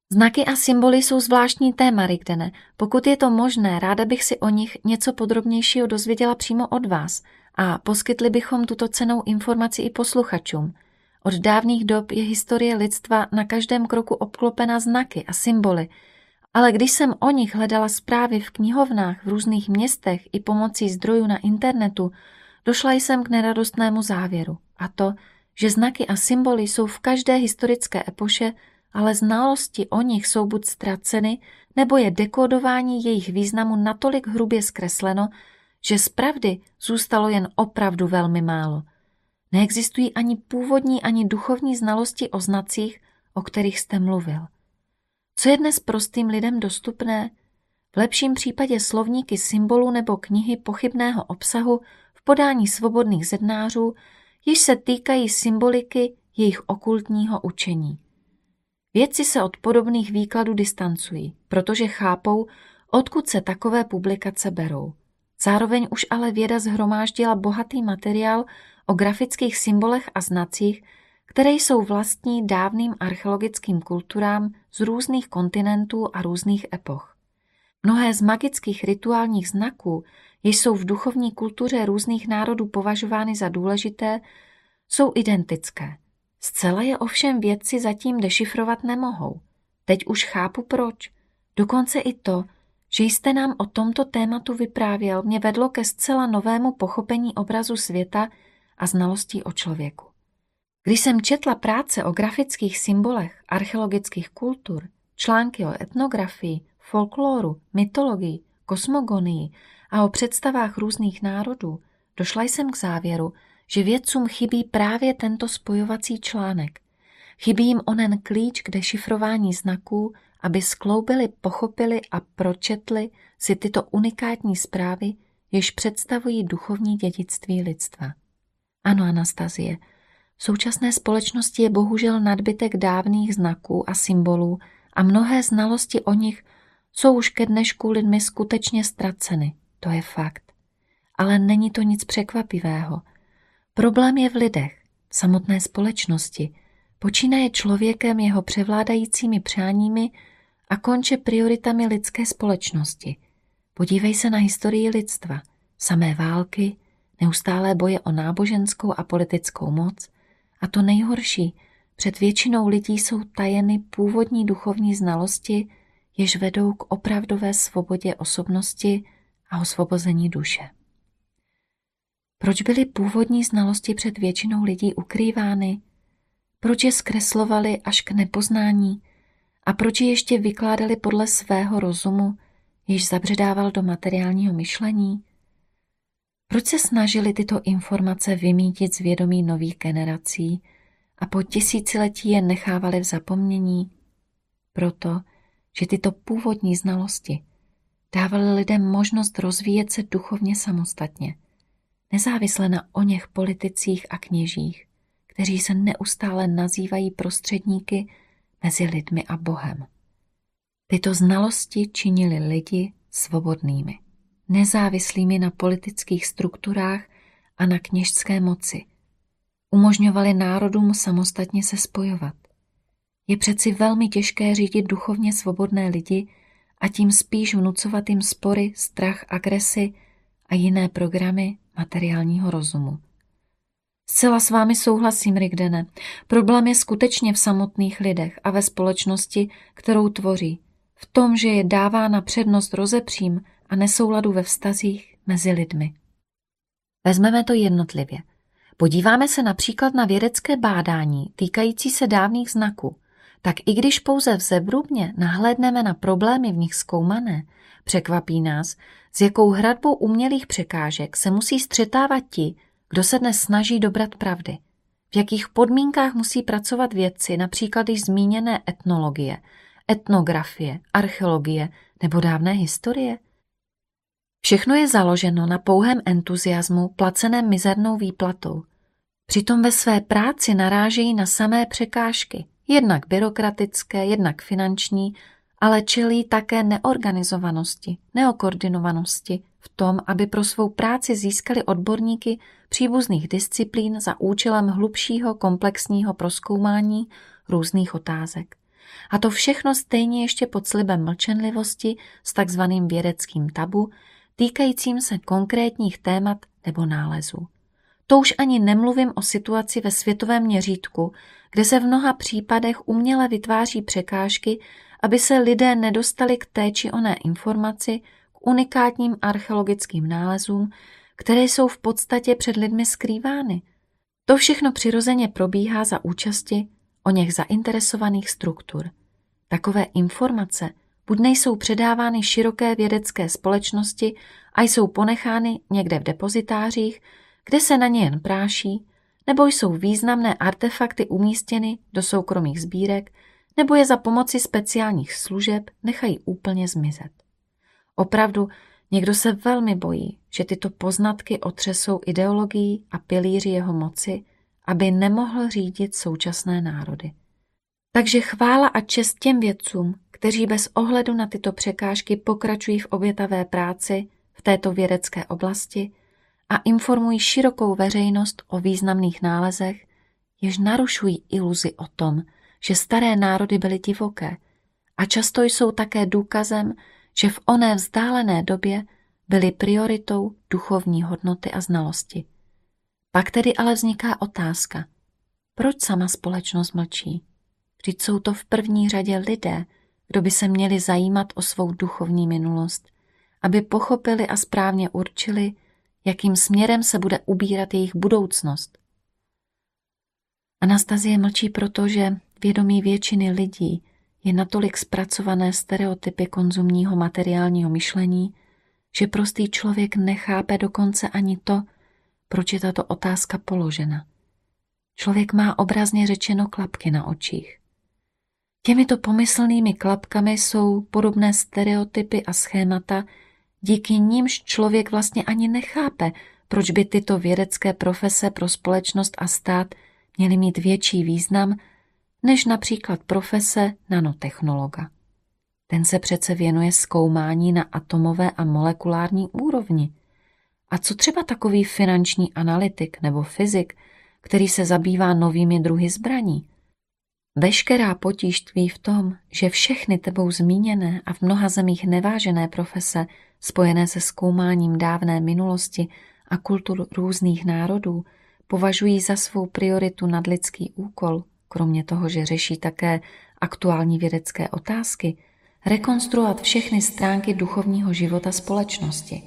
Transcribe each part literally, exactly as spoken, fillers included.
Znaky a symboly jsou zvláštní téma, Rigdene. Pokud je to možné, ráda bych si o nich něco podrobnějšího dozvěděla přímo od vás a poskytli bychom tuto cennou informaci i posluchačům. Od dávných dob je historie lidstva na každém kroku obklopena znaky a symboly, ale když jsem o nich hledala zprávy v knihovnách v různých městech i pomocí zdrojů na internetu, došla jsem k neradostnému závěru, a to, že znaky a symboly jsou v každé historické epoše, ale znalosti o nich jsou buď ztraceny, nebo je dekodování jejich významu natolik hrubě zkresleno, že z pravdy zůstalo jen opravdu velmi málo. Neexistují ani původní, ani duchovní znalosti o znacích, o kterých jste mluvil. Co je dnes prostým lidem dostupné? V lepším případě slovníky symbolů nebo knihy pochybného obsahu v podání svobodných zednářů, jež se týkají symboliky jejich okultního učení. Vědci se od podobných výkladů distancují, protože chápou, odkud se takové publikace berou. Zároveň už ale věda shromáždila bohatý materiál o grafických symbolech a znacích, které jsou vlastní dávným archeologickým kulturám z různých kontinentů a různých epoch. Mnohé z magických rituálních znaků, jež jsou v duchovní kultuře různých národů považovány za důležité, jsou identické. Zcela je ovšem vědci zatím dešifrovat nemohou. Teď už chápu proč. Dokonce i to, že jste nám o tomto tématu vyprávěl, mě vedlo ke zcela novému pochopení obrazu světa a znalostí o člověku. Když jsem četla práce o grafických symbolech archeologických kultur, články o etnografii, folkloru, mytologii, kosmogonii a o představách různých národů, došla jsem k závěru, že vědcům chybí právě tento spojovací článek. Chybí jim onen klíč k dešifrování znaků, aby skloubili, pochopili a pročetli si tyto unikátní zprávy, jež představují duchovní dědictví lidstva. Ano, Anastazie, v současné společnosti je bohužel nadbytek dávných znaků a symbolů a mnohé znalosti o nich jsou už ke dnešku lidmi skutečně ztraceny. To je fakt. Ale není to nic překvapivého. Problém je v lidech, v samotné společnosti, počínaje člověkem jeho převládajícími přáními a konče prioritami lidské společnosti. Podívej se na historii lidstva, samé války, neustálé boje o náboženskou a politickou moc a to nejhorší, před většinou lidí jsou tajeny původní duchovní znalosti, jež vedou k opravdové svobodě osobnosti a osvobození duše. Proč byly původní znalosti před většinou lidí ukrývány? Proč je zkreslovali až k nepoznání? A proč je ještě vykládali podle svého rozumu, jež zabředával do materiálního myšlení? Proč se snažili tyto informace vymítit z vědomí nových generací a po tisíciletí je nechávali v zapomnění? Proto, že tyto původní znalosti dávaly lidem možnost rozvíjet se duchovně samostatně, nezávisle na oněch politicích a kněžích, kteří se neustále nazývají prostředníky mezi lidmi a Bohem. Tyto znalosti činily lidi svobodnými, nezávislými na politických strukturách a na kněžské moci. Umožňovali národům samostatně se spojovat. Je přeci velmi těžké řídit duchovně svobodné lidi a tím spíš vnucovat jim spory, strach, agresi a jiné programy materiálního rozumu. Zcela s vámi souhlasím, Rigdene. Problém je skutečně v samotných lidech a ve společnosti, kterou tvoří. V tom, že je dávána přednost rozepřím a nesouladu ve vztazích mezi lidmi. Vezmeme to jednotlivě. Podíváme se například na vědecké bádání týkající se dávných znaků, tak i když pouze vzevrubně nahlédneme na problémy v nich zkoumané, překvapí nás, s jakou hradbou umělých překážek se musí střetávat ti, kdo se dnes snaží dobrat pravdy. V jakých podmínkách musí pracovat vědci, například již zmíněné etnologie, etnografie, archeologie nebo dávné historie? Všechno je založeno na pouhém entuziasmu, placeném mizernou výplatou. Přitom ve své práci narážejí na samé překážky, jednak byrokratické, jednak finanční, ale čelí také neorganizovanosti, neokoordinovanosti v tom, aby pro svou práci získali odborníky příbuzných disciplín za účelem hlubšího komplexního prozkoumání různých otázek. A to všechno stejně ještě pod slibem mlčenlivosti s takzvaným vědeckým tabu, týkajícím se konkrétních témat nebo nálezů. To už ani nemluvím o situaci ve světovém měřítku, kde se v mnoha případech uměle vytváří překážky, aby se lidé nedostali k té či oné informaci, k unikátním archeologickým nálezům, které jsou v podstatě před lidmi skrývány. To všechno přirozeně probíhá za účasti oněch zainteresovaných struktur. Takové informace buď nejsou předávány široké vědecké společnosti a jsou ponechány někde v depozitářích, kde se na ně jen práší, nebo jsou významné artefakty umístěny do soukromých sbírek, nebo je za pomoci speciálních služeb nechají úplně zmizet. Opravdu, někdo se velmi bojí, že tyto poznatky otřesou ideologií a pilíři jeho moci, aby nemohl řídit současné národy. Takže chvála a čest těm vědcům, kteří bez ohledu na tyto překážky pokračují v obětavé práci v této vědecké oblasti a informují širokou veřejnost o významných nálezech, jež narušují iluzi o tom, že staré národy byly divoké a často jsou také důkazem, že v oné vzdálené době byly prioritou duchovní hodnoty a znalosti. Pak tedy ale vzniká otázka, proč sama společnost mlčí? Vždyť jsou to v první řadě lidé, kdo by se měli zajímat o svou duchovní minulost, aby pochopili a správně určili, jakým směrem se bude ubírat jejich budoucnost. Anastazie mlčí proto, že vědomí většiny lidí je natolik zpracované stereotypy konzumního materiálního myšlení, že prostý člověk nechápe dokonce ani to, proč je tato otázka položena. Člověk má obrazně řečeno klapky na očích. Těmito pomyslnými klapkami jsou podobné stereotypy a schémata, díky nimž člověk vlastně ani nechápe, proč by tyto vědecké profese pro společnost a stát měly mít větší význam než například profese nanotechnologa. Ten se přece věnuje zkoumání na atomové a molekulární úrovni. A co třeba takový finanční analytik nebo fyzik, který se zabývá novými druhy zbraní? Veškerá potíž tkví v tom, že všechny tebou zmíněné a v mnoha zemích nevážené profese spojené se zkoumáním dávné minulosti a kultur různých národů považují za svou prioritu nadlidský úkol, kromě toho, že řeší také aktuální vědecké otázky, rekonstruovat všechny stránky duchovního života společnosti.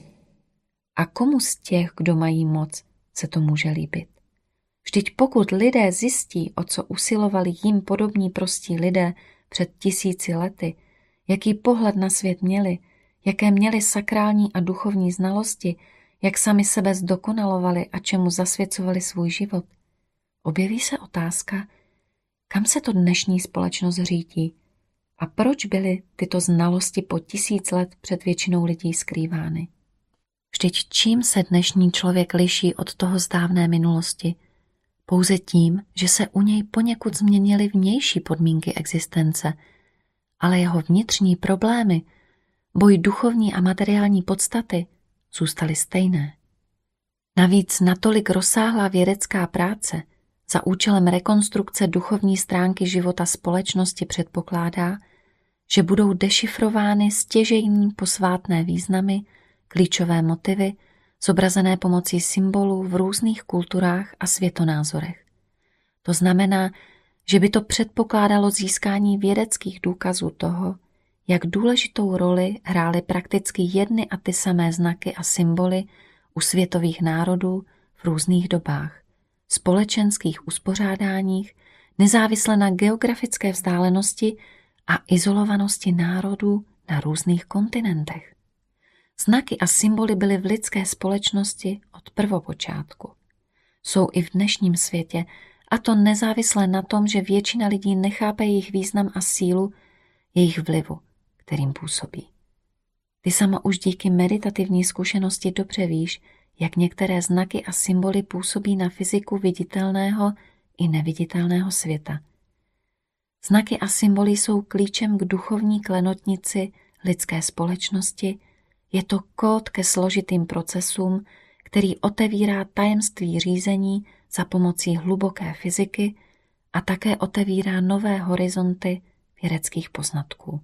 A komu z těch, kdo mají moc, se to může líbit? Vždyť pokud lidé zjistí, o co usilovali jim podobní prostí lidé před tisíci lety, jaký pohled na svět měli, jaké měli sakrální a duchovní znalosti, jak sami sebe zdokonalovali a čemu zasvěcovali svůj život, objeví se otázka, kam se to dnešní společnost řídí a proč byly tyto znalosti po tisíc let před většinou lidí skrývány. Vždyť čím se dnešní člověk liší od toho z dávné minulosti? Pouze tím, že se u něj poněkud změnily vnější podmínky existence, ale jeho vnitřní problémy, boj duchovní a materiální podstaty, zůstaly stejné. Navíc natolik rozsáhlá vědecká práce za účelem rekonstrukce duchovní stránky života společnosti předpokládá, že budou dešifrovány stěžejní posvátné významy, klíčové motivy, zobrazené pomocí symbolů v různých kulturách a světonázorech. To znamená, že by to předpokládalo získání vědeckých důkazů toho, jak důležitou roli hrály prakticky jedny a ty samé znaky a symboly u světových národů v různých dobách, společenských uspořádáních, nezávisle na geografické vzdálenosti a izolovanosti národů na různých kontinentech. Znaky a symboly byly v lidské společnosti od prvopočátku. Jsou i v dnešním světě, a to nezávisle na tom, že většina lidí nechápe jejich význam a sílu, jejich vlivu, kterým působí. Ty sama už díky meditativní zkušenosti dobře víš, jak některé znaky a symboly působí na fyziku viditelného i neviditelného světa. Znaky a symboly jsou klíčem k duchovní klenotnici lidské společnosti. Je to kód ke složitým procesům, který otevírá tajemství řízení za pomocí hluboké fyziky a také otevírá nové horizonty v vědeckých poznatků.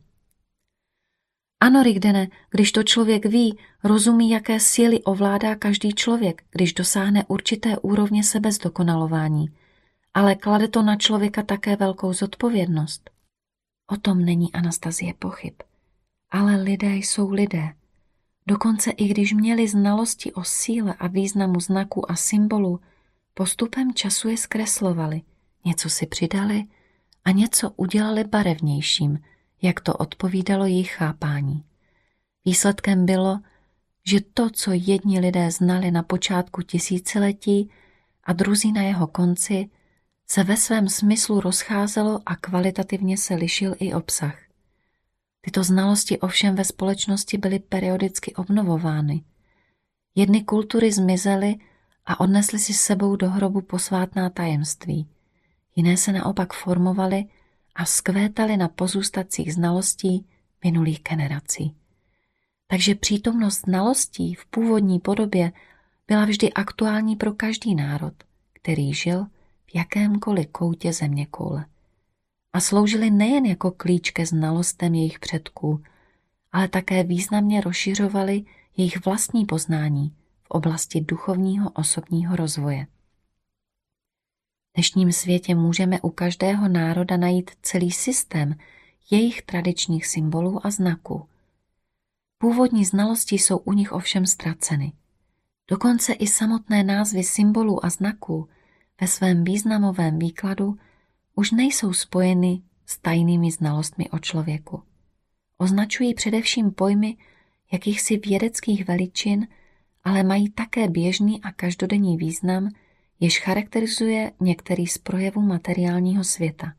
Ano, Rigdene, když to člověk ví, rozumí, jaké síly ovládá každý člověk, když dosáhne určité úrovně sebezdokonalování, ale klade to na člověka také velkou zodpovědnost. O tom není, Anastazie, pochyb. Ale lidé jsou lidé. Dokonce i když měli znalosti o síle a významu znaků a symbolů, postupem času je zkreslovali, něco si přidali a něco udělali barevnějším, jak to odpovídalo jejich chápání. Výsledkem bylo, že to, co jedni lidé znali na počátku tisíciletí a druzí na jeho konci, se ve svém smyslu rozcházelo a kvalitativně se lišil i obsah. Tyto znalosti ovšem ve společnosti byly periodicky obnovovány. Jedny kultury zmizely a odnesly si s sebou do hrobu posvátná tajemství. Jiné se naopak formovaly a vzkvétaly na pozůstatcích znalostí minulých generací. Takže přítomnost znalostí v původní podobě byla vždy aktuální pro každý národ, který žil v jakémkoliv koutě zeměkoule. A sloužily nejen jako klíč ke znalostem jejich předků, ale také významně rozšiřovaly jejich vlastní poznání v oblasti duchovního osobního rozvoje. V dnešním světě můžeme u každého národa najít celý systém jejich tradičních symbolů a znaků. Původní znalosti jsou u nich ovšem ztraceny. Dokonce i samotné názvy symbolů a znaků ve svém významovém výkladu už nejsou spojeny s tajnými znalostmi o člověku. Označují především pojmy jakýchsi vědeckých veličin, ale mají také běžný a každodenní význam, jež charakterizuje některý z projevů materiálního světa.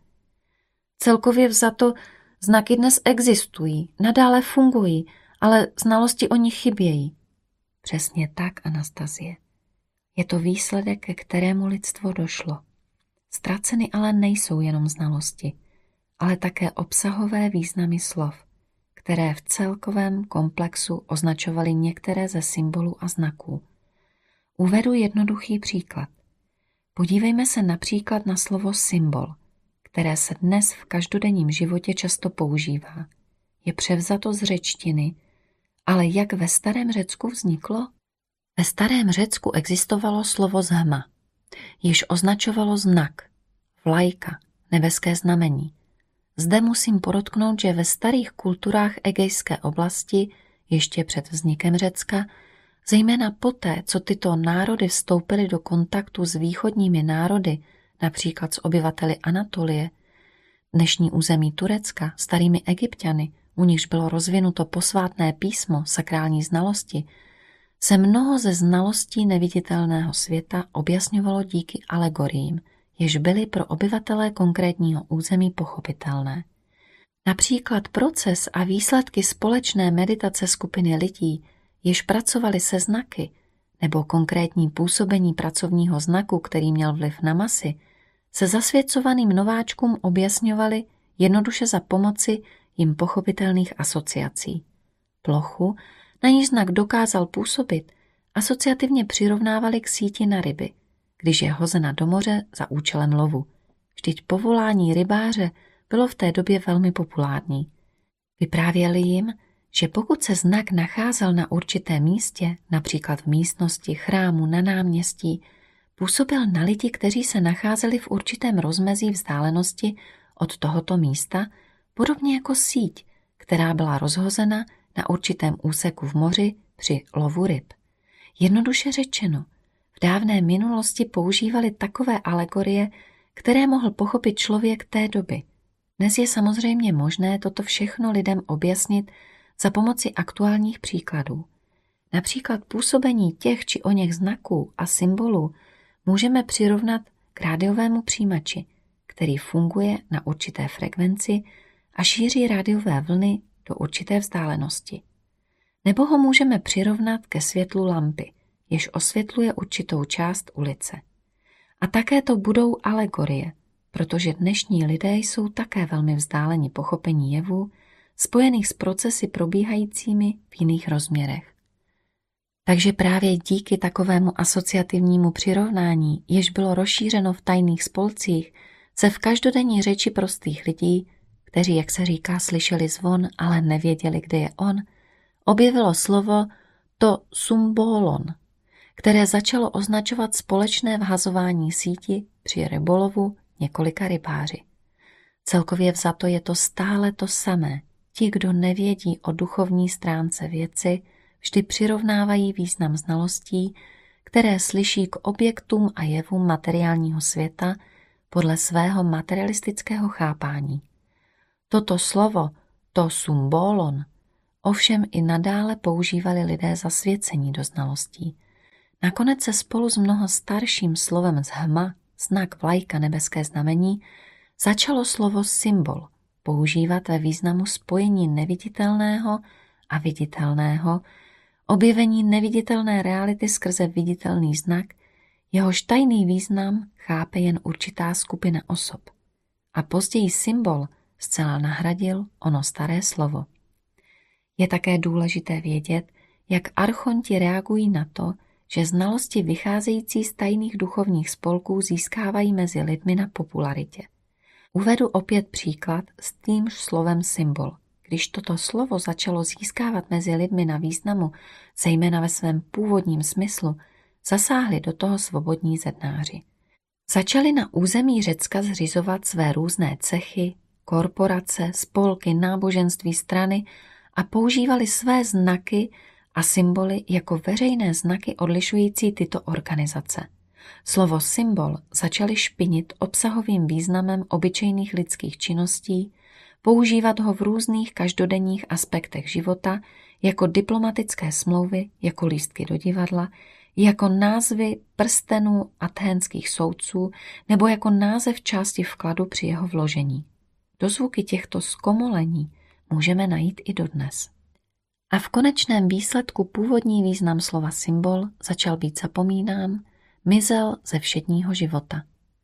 Celkově vzato znaky dnes existují, nadále fungují, ale znalosti o nich chybějí. Přesně tak, Anastazie. Je to výsledek, ke kterému lidstvo došlo. Ztraceny ale nejsou jenom znalosti, ale také obsahové významy slov, které v celkovém komplexu označovaly některé ze symbolů a znaků. Uvedu jednoduchý příklad. Podívejme se například na slovo symbol, které se dnes v každodenním životě často používá. Je převzato z řečtiny, ale jak ve starém Řecku vzniklo? Ve starém Řecku existovalo slovo zhma, jež označovalo znak, vlajka, nebeské znamení. Zde musím podotknout, že ve starých kulturách egejské oblasti, ještě před vznikem Řecka, zejména poté, co tyto národy vstoupily do kontaktu s východními národy, například s obyvateli Anatolie, dnešní území Turecka, starými Egypťany, u nichž bylo rozvinuto posvátné písmo, sakrální znalosti, se mnoho ze znalostí neviditelného světa objasňovalo díky alegoriím, jež byly pro obyvatele konkrétního území pochopitelné. Například proces a výsledky společné meditace skupiny lidí, jež pracovali se znaky, nebo konkrétní působení pracovního znaku, který měl vliv na masy, se zasvěcovaným nováčkům objasňovali jednoduše za pomoci jim pochopitelných asociací. Plochu, na níž znak dokázal působit, asociativně přirovnávali k síti na ryby, když je hozena do moře za účelem lovu. Vždyť povolání rybáře bylo v té době velmi populární. Vyprávěli jim, že pokud se znak nacházel na určitém místě, například v místnosti, chrámu, na náměstí, působil na lidi, kteří se nacházeli v určitém rozmezí vzdálenosti od tohoto místa, podobně jako síť, která byla rozhozena na určitém úseku v moři při lovu ryb. Jednoduše řečeno, v dávné minulosti používali takové alegorie, které mohl pochopit člověk té doby. Dnes je samozřejmě možné toto všechno lidem objasnit za pomoci aktuálních příkladů. Například působení těch či oněch znaků a symbolů můžeme přirovnat k rádiovému přijímači, který funguje na určité frekvenci a šíří rádiové vlny do určité vzdálenosti. Nebo ho můžeme přirovnat ke světlu lampy, jež osvětluje určitou část ulice. A také to budou alegorie, protože dnešní lidé jsou také velmi vzdáleni pochopení jevů, spojených s procesy probíhajícími v jiných rozměrech. Takže právě díky takovému asociativnímu přirovnání, jež bylo rozšířeno v tajných spolcích, se v každodenní řeči prostých lidí kteří, jak se říká, slyšeli zvon, ale nevěděli, kde je on, objevilo slovo to symbolon, které začalo označovat společné vhazování síti při rybolovu několika rybáři. Celkově vzato je to stále to samé. Ti, kdo nevědí o duchovní stránce věci, vždy přirovnávají význam znalostí, které slyší k objektům a jevům materiálního světa podle svého materialistického chápání. Toto slovo, to symbolon, ovšem i nadále používali lidé zasvěcení do znalostí. Nakonec se spolu s mnoho starším slovem z hma, znak, vlajka, nebeské znamení, začalo slovo symbol používat ve významu spojení neviditelného a viditelného, objevení neviditelné reality skrze viditelný znak, jehož tajný význam chápe jen určitá skupina osob. A později symbol zcela nahradil ono staré slovo. Je také důležité vědět, jak archonti reagují na to, že znalosti vycházející z tajných duchovních spolků získávají mezi lidmi na popularitě. Uvedu opět příklad s týmž slovem symbol. Když toto slovo začalo získávat mezi lidmi na významu, zejména ve svém původním smyslu, zasáhli do toho svobodní zednáři. Začali na území Řecka zřizovat své různé cechy, korporace, spolky, náboženství, strany a používali své znaky a symboly jako veřejné znaky odlišující tyto organizace. Slovo symbol začali špinit obsahovým významem obyčejných lidských činností, používat ho v různých každodenních aspektech života, jako diplomatické smlouvy, jako lístky do divadla, jako názvy prstenů athénských soudců nebo jako název části vkladu při jeho vložení. Dozvuky těchto zkomolení můžeme najít i dodnes. A v konečném výsledku původní význam slova symbol začal být zapomínán, mizel ze všedního života.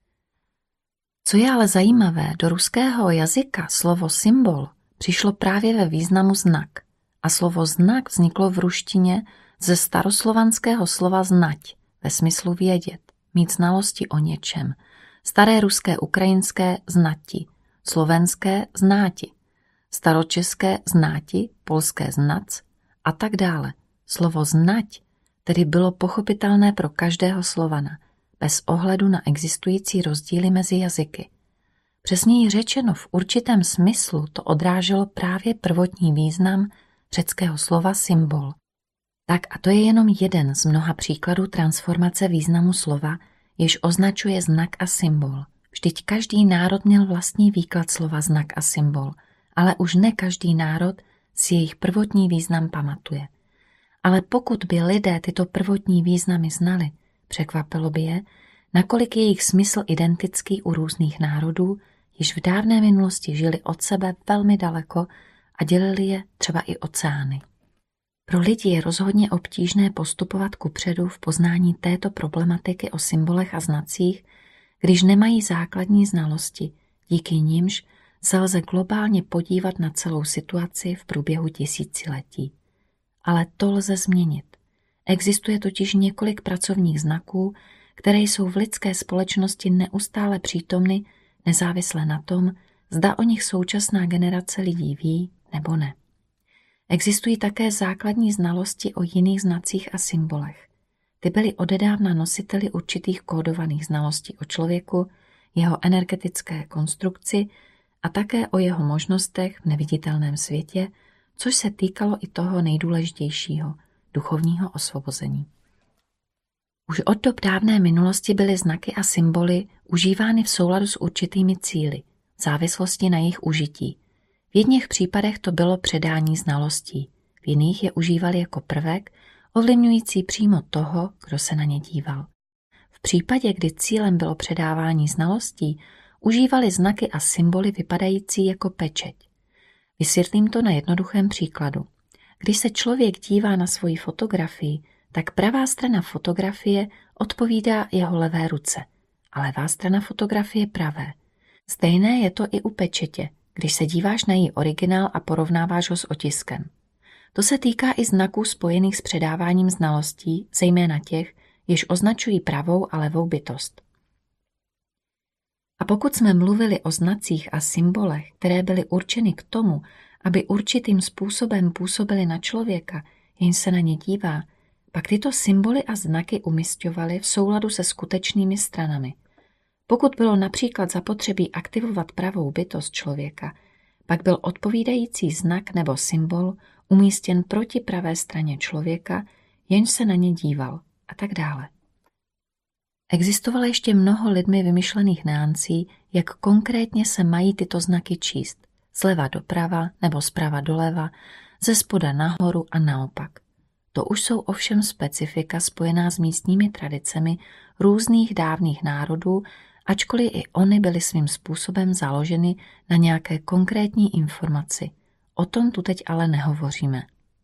Co je ale zajímavé, do ruského jazyka slovo symbol přišlo právě ve významu znak a slovo znak vzniklo v ruštině ze staroslovanského slova znať, ve smyslu vědět, mít znalosti o něčem, staré ruské ukrajinské znati, slovenské znáti, staročeské znáti, polské znac a tak dále. Slovo znať tedy bylo pochopitelné pro každého Slovana, bez ohledu na existující rozdíly mezi jazyky. Přesněji řečeno, v určitém smyslu to odráželo právě prvotní význam řeckého slova symbol. Tak a to je jenom jeden z mnoha příkladů transformace významu slova, jež označuje znak a symbol. Vždyť každý národ měl vlastní výklad slova znak a symbol, ale už ne každý národ si jejich prvotní význam pamatuje. Ale pokud by lidé tyto prvotní významy znali, překvapilo by je, nakolik je jejich smysl identický u různých národů, již v dávné minulosti žili od sebe velmi daleko a dělili je třeba i oceány. Pro lidi je rozhodně obtížné postupovat kupředu v poznání této problematiky o symbolech a znacích, když nemají základní znalosti, díky nimž se lze globálně podívat na celou situaci v průběhu tisíciletí. Ale to lze změnit. Existuje totiž několik pracovních znaků, které jsou v lidské společnosti neustále přítomny, nezávisle na tom, zda o nich současná generace lidí ví nebo ne. Existují také základní znalosti o jiných znacích a symbolech. Ty byly odedávna nositeli určitých kódovaných znalostí o člověku, jeho energetické konstrukci a také o jeho možnostech v neviditelném světě, což se týkalo i toho nejdůležitějšího, duchovního osvobození. Už od dob dávné minulosti byly znaky a symboly užívány v souladu s určitými cíli, v závislosti na jejich užití. V jedných případech to bylo předání znalostí, v jiných je užívali jako prvek, ovlivňující přímo toho, kdo se na ně díval. V případě, kdy cílem bylo předávání znalostí, užívali znaky a symboly vypadající jako pečeť. Vysvětlím to na jednoduchém příkladu. Když se člověk dívá na svoji fotografii, tak pravá strana fotografie odpovídá jeho levé ruce a levá strana fotografie pravé. Stejné je to i u pečetě, když se díváš na její originál a porovnáváš ho s otiskem. To se týká i znaků spojených s předáváním znalostí, zejména těch, jež označují pravou a levou bytost. A A pokud jsme mluvili o znacích a symbolech, které byly určeny k tomu, aby určitým způsobem působily na člověka, jenž se na ně dívá, pak tyto symboly a znaky umisťovaly v souladu se skutečnými stranami. Pokud bylo například zapotřebí aktivovat pravou bytost člověka, pak byl odpovídající znak nebo symbol umístěn proti pravé straně člověka, jenž se na ně díval a tak dále. Existovalo ještě mnoho lidmi vymyšlených nuancí, jak konkrétně se mají tyto znaky číst, zleva doprava nebo zprava doleva, ze spoda nahoru a naopak. To už jsou ovšem specifika spojená s místními tradicemi různých dávných národů, ačkoliv i ony byly svým způsobem založeny na nějaké konkrétní informaci. O tom tu teď ale nehovoříme.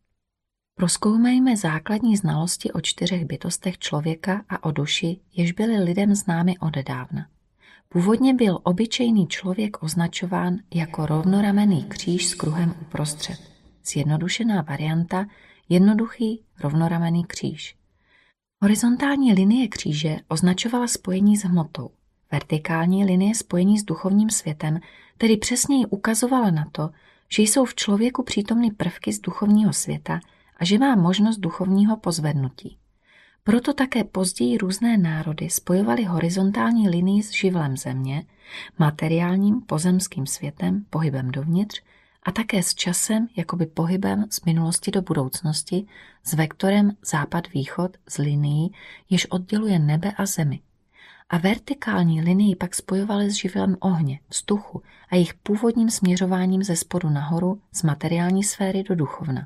Prozkoumejme základní znalosti o čtyřech bytostech člověka a o duši, jež byly lidem známy odedávna. Původně byl obyčejný člověk označován jako rovnoramenný kříž s kruhem uprostřed. Zjednodušená varianta jednoduchý rovnoramenný kříž. Horizontální linie kříže označovala spojení s hmotou. Vertikální linie spojení s duchovním světem tedy přesněji ukazovala na to, že jsou v člověku přítomny prvky z duchovního světa a že má možnost duchovního pozvednutí. Proto také později různé národy spojovaly horizontální linii s živlem země, materiálním pozemským světem, pohybem dovnitř a také s časem, jakoby pohybem z minulosti do budoucnosti, s vektorem západ-východ z linií, jež odděluje nebe a zemi. A vertikální linii pak spojovaly s živlem ohně, vzduchu a jejich původním směřováním ze spodu nahoru z materiální sféry do duchovna.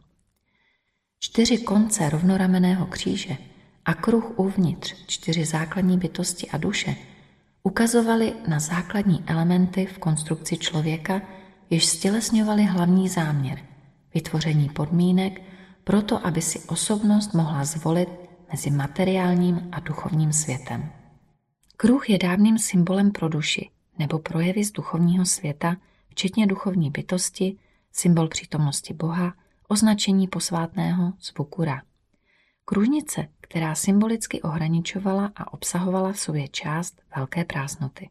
Čtyři konce rovnoramenného kříže a kruh uvnitř, čtyři základní bytosti a duše, ukazovaly na základní elementy v konstrukci člověka, jež stělesňovaly hlavní záměr, vytvoření podmínek pro to, aby si osobnost mohla zvolit mezi materiálním a duchovním světem. Kruh je dávným symbolem pro duši nebo projevy z duchovního světa, včetně duchovní bytosti, symbol přítomnosti Boha, označení posvátného zvuku Ra. Kružnice, která symbolicky ohraničovala a obsahovala v sobě část velké prázdnoty.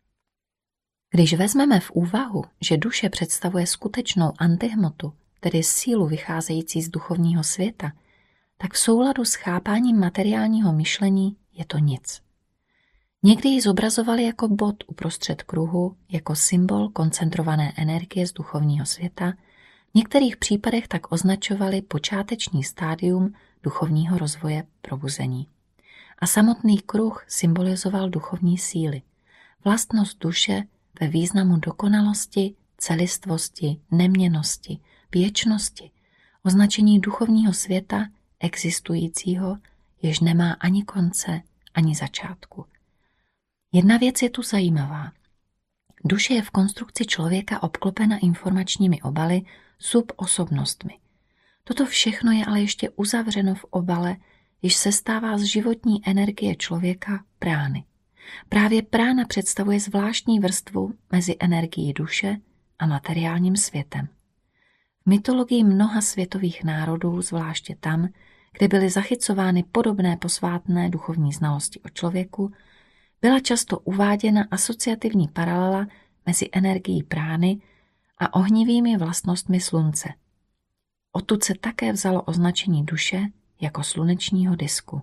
Když vezmeme v úvahu, že duše představuje skutečnou antihmotu, tedy sílu vycházející z duchovního světa, tak v souladu s chápáním materiálního myšlení je to nic. Někdy ji zobrazovali jako bod uprostřed kruhu, jako symbol koncentrované energie z duchovního světa, v některých případech tak označovali počáteční stádium duchovního rozvoje probuzení. A samotný kruh symbolizoval duchovní síly, vlastnost duše ve významu dokonalosti, celistvosti, neměnnosti, věčnosti, označení duchovního světa existujícího, jež nemá ani konce, ani začátku. Jedna věc je tu zajímavá. Duše je v konstrukci člověka obklopena informačními obaly, subosobnostmi. Toto všechno je ale ještě uzavřeno v obale, jež sestává z životní energie člověka prány. Právě prána představuje zvláštní vrstvu mezi energií duše a materiálním světem. V mytologii mnoha světových národů, zvláště tam, kde byly zachycovány podobné posvátné duchovní znalosti o člověku, byla často uváděna asociativní paralela mezi energií prány a ohnivými vlastnostmi slunce. Odtud se také vzalo označení duše jako slunečního disku.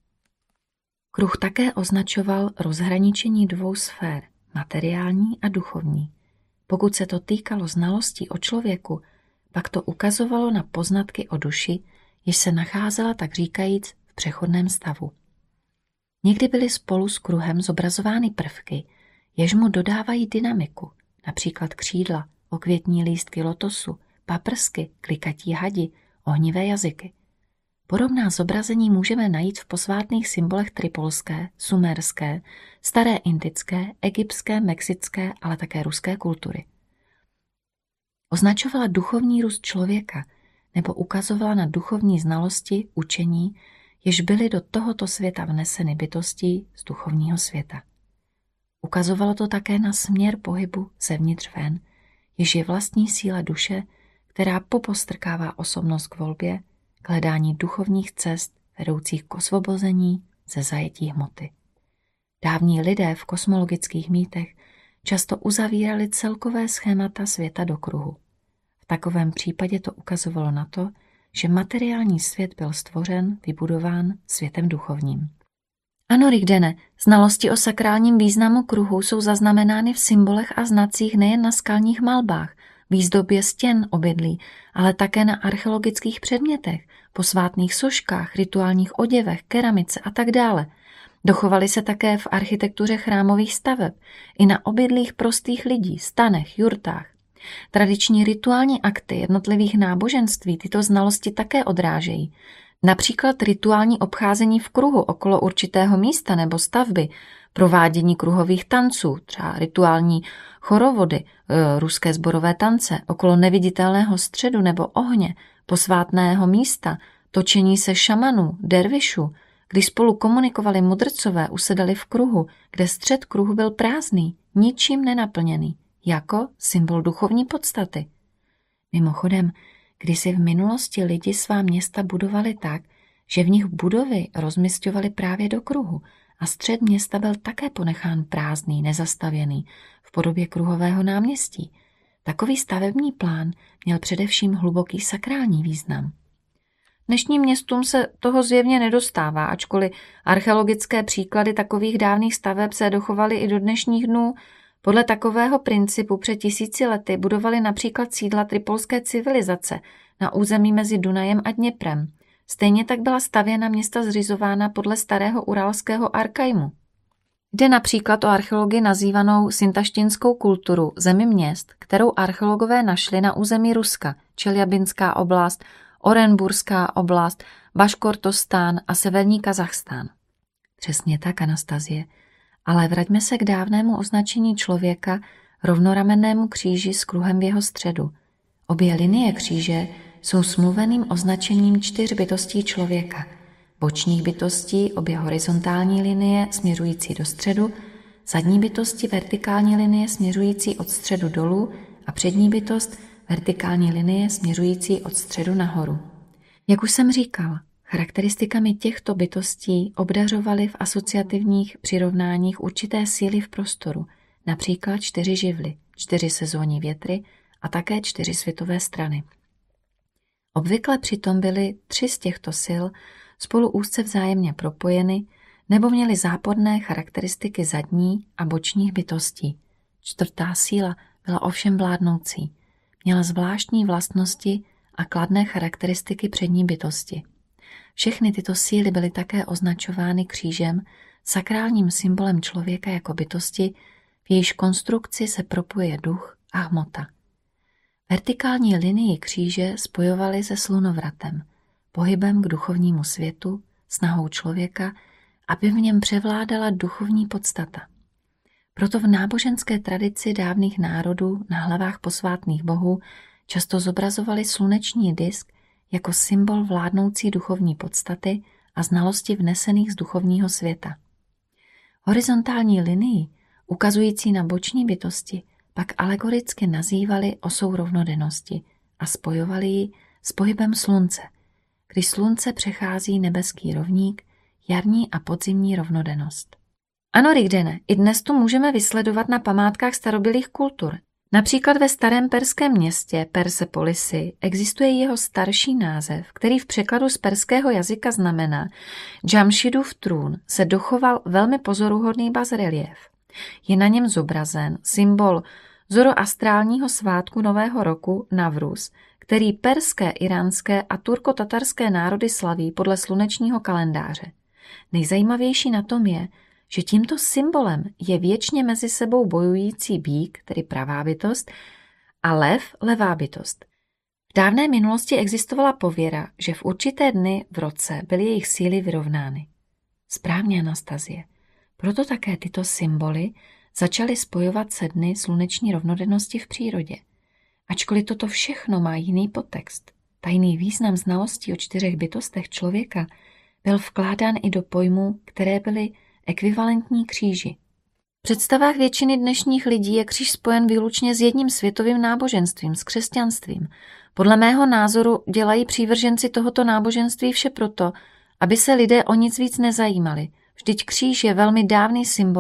Kruh také označoval rozhraničení dvou sfér, materiální a duchovní. Pokud se to týkalo znalostí o člověku, pak to ukazovalo na poznatky o duši, jež se nacházela tak říkajíc v přechodném stavu. Někdy byly spolu s kruhem zobrazovány prvky, jež mu dodávají dynamiku, například křídla, okvětní lístky lotosu, paprsky, klikatí hadi, ohnivé jazyky. Podobná zobrazení můžeme najít v posvátných symbolech tripolské, sumerské, staré indické, egyptské, mexické, ale také ruské kultury. Označovala duchovní růst člověka nebo ukazovala na duchovní znalosti, učení, jež byly do tohoto světa vneseny bytostí z duchovního světa. Ukazovalo to také na směr pohybu zevnitř ven, jež je vlastní síla duše, která popostrkává osobnost k volbě, k hledání duchovních cest vedoucích k osvobození ze zajetí hmoty. Dávní lidé v kosmologických mýtech často uzavírali celkové schémata světa do kruhu. V takovém případě to ukazovalo na to, že materiální svět byl stvořen, vybudován světem duchovním. Ano, Rigdene, znalosti o sakrálním významu kruhu jsou zaznamenány v symbolech a znacích nejen na skalních malbách, výzdobě stěn obydlí, ale také na archeologických předmětech, posvátných soškách, rituálních oděvech, keramice a tak dále. Dochovaly se také v architektuře chrámových staveb, i na obydlích prostých lidí, stanech, jurtách. Tradiční rituální akty jednotlivých náboženství tyto znalosti také odrážejí. Například rituální obcházení v kruhu okolo určitého místa nebo stavby, provádění kruhových tanců, třeba rituální chorovody, ruské sborové tance, okolo neviditelného středu nebo ohně, posvátného místa, točení se šamanů, dervišů, když spolu komunikovali mudrcové, usedali v kruhu, kde střed kruhu byl prázdný, ničím nenaplněný, jako symbol duchovní podstaty. Mimochodem, kdysi v minulosti lidi svá města budovali tak, že v nich budovy rozmisťovali právě do kruhu a střed města byl také ponechán prázdný, nezastavěný, v podobě kruhového náměstí. Takový stavební plán měl především hluboký sakrální význam. Dnešním městům se toho zjevně nedostává, ačkoliv archeologické příklady takových dávných staveb se dochovaly i do dnešních dnů. Podle takového principu před tisíci lety budovali například sídla tripolské civilizace na území mezi Dunajem a Dněprem. Stejně tak byla stavěna města zřizována podle starého uralského arkaimu. Jde například o archeologii nazývanou sintaštinskou kulturu, zemi měst, kterou archeologové našli na území Ruska, Čeljabinská oblast, Orenburská oblast, Baškortostán a severní Kazachstán. Přesně tak, Anastazie. Ale vraťme se k dávnému označení člověka, rovnoramennému kříži s kruhem v jeho středu. Obě linie kříže jsou smluveným označením čtyř bytostí člověka. Bočních bytostí obě horizontální linie směřující do středu, zadní bytosti vertikální linie směřující od středu dolů a přední bytost vertikální linie směřující od středu nahoru. Jak už jsem říkal, charakteristikami těchto bytostí obdařovaly v asociativních přirovnáních určité síly v prostoru, například čtyři živly, čtyři sezónní větry a také čtyři světové strany. Obvykle přitom byly tři z těchto sil spolu úzce vzájemně propojeny nebo měly záporné charakteristiky zadní a bočních bytostí. Čtvrtá síla byla ovšem vládnoucí. Měla zvláštní vlastnosti a kladné charakteristiky přední bytosti. Všechny tyto síly byly také označovány křížem, sakrálním symbolem člověka jako bytosti, v jejíž konstrukci se propojuje duch a hmota. Vertikální linii kříže spojovaly se slunovratem, pohybem k duchovnímu světu, snahou člověka, aby v něm převládala duchovní podstata. Proto v náboženské tradici dávných národů na hlavách posvátných bohů často zobrazovali sluneční disk jako symbol vládnoucí duchovní podstaty a znalosti vnesených z duchovního světa. Horizontální linii, ukazující na boční bytosti, pak alegoricky nazývali osou rovnodennosti a spojovali ji s pohybem slunce, když slunce přechází nebeský rovník, jarní a podzimní rovnodennost. Ano, Rigdene, i dnes to můžeme vysledovat na památkách starobylých kultur. Například ve starém perském městě Persepolisy existuje jeho starší název, který v překladu z perského jazyka znamená Džamšidův trůn, se dochoval velmi pozoruhodný bazreliéf. Je na něm zobrazen symbol zoroastrálního svátku Nového roku Navruz, který perské, iránské a turko-tatarské národy slaví podle slunečního kalendáře. Nejzajímavější na tom je, že tímto symbolem je věčně mezi sebou bojující býk, tedy pravá bytost, a lev, levá bytost. V dávné minulosti existovala pověra, že v určité dny v roce byly jejich síly vyrovnány. Správně, Anastazie. Proto také tyto symboly začaly spojovat se dny sluneční rovnodennosti v přírodě. Ačkoliv toto všechno má jiný podtext, tajný význam znalostí o čtyřech bytostech člověka byl vkládán i do pojmů, které byly ekvivalentní kříži. V představách většiny dnešních lidí je kříž spojen výlučně s jedním světovým náboženstvím, s křesťanstvím. Podle mého názoru dělají přívrženci tohoto náboženství vše proto, aby se lidé o nic víc nezajímali. Vždyť kříž je velmi dávný symbol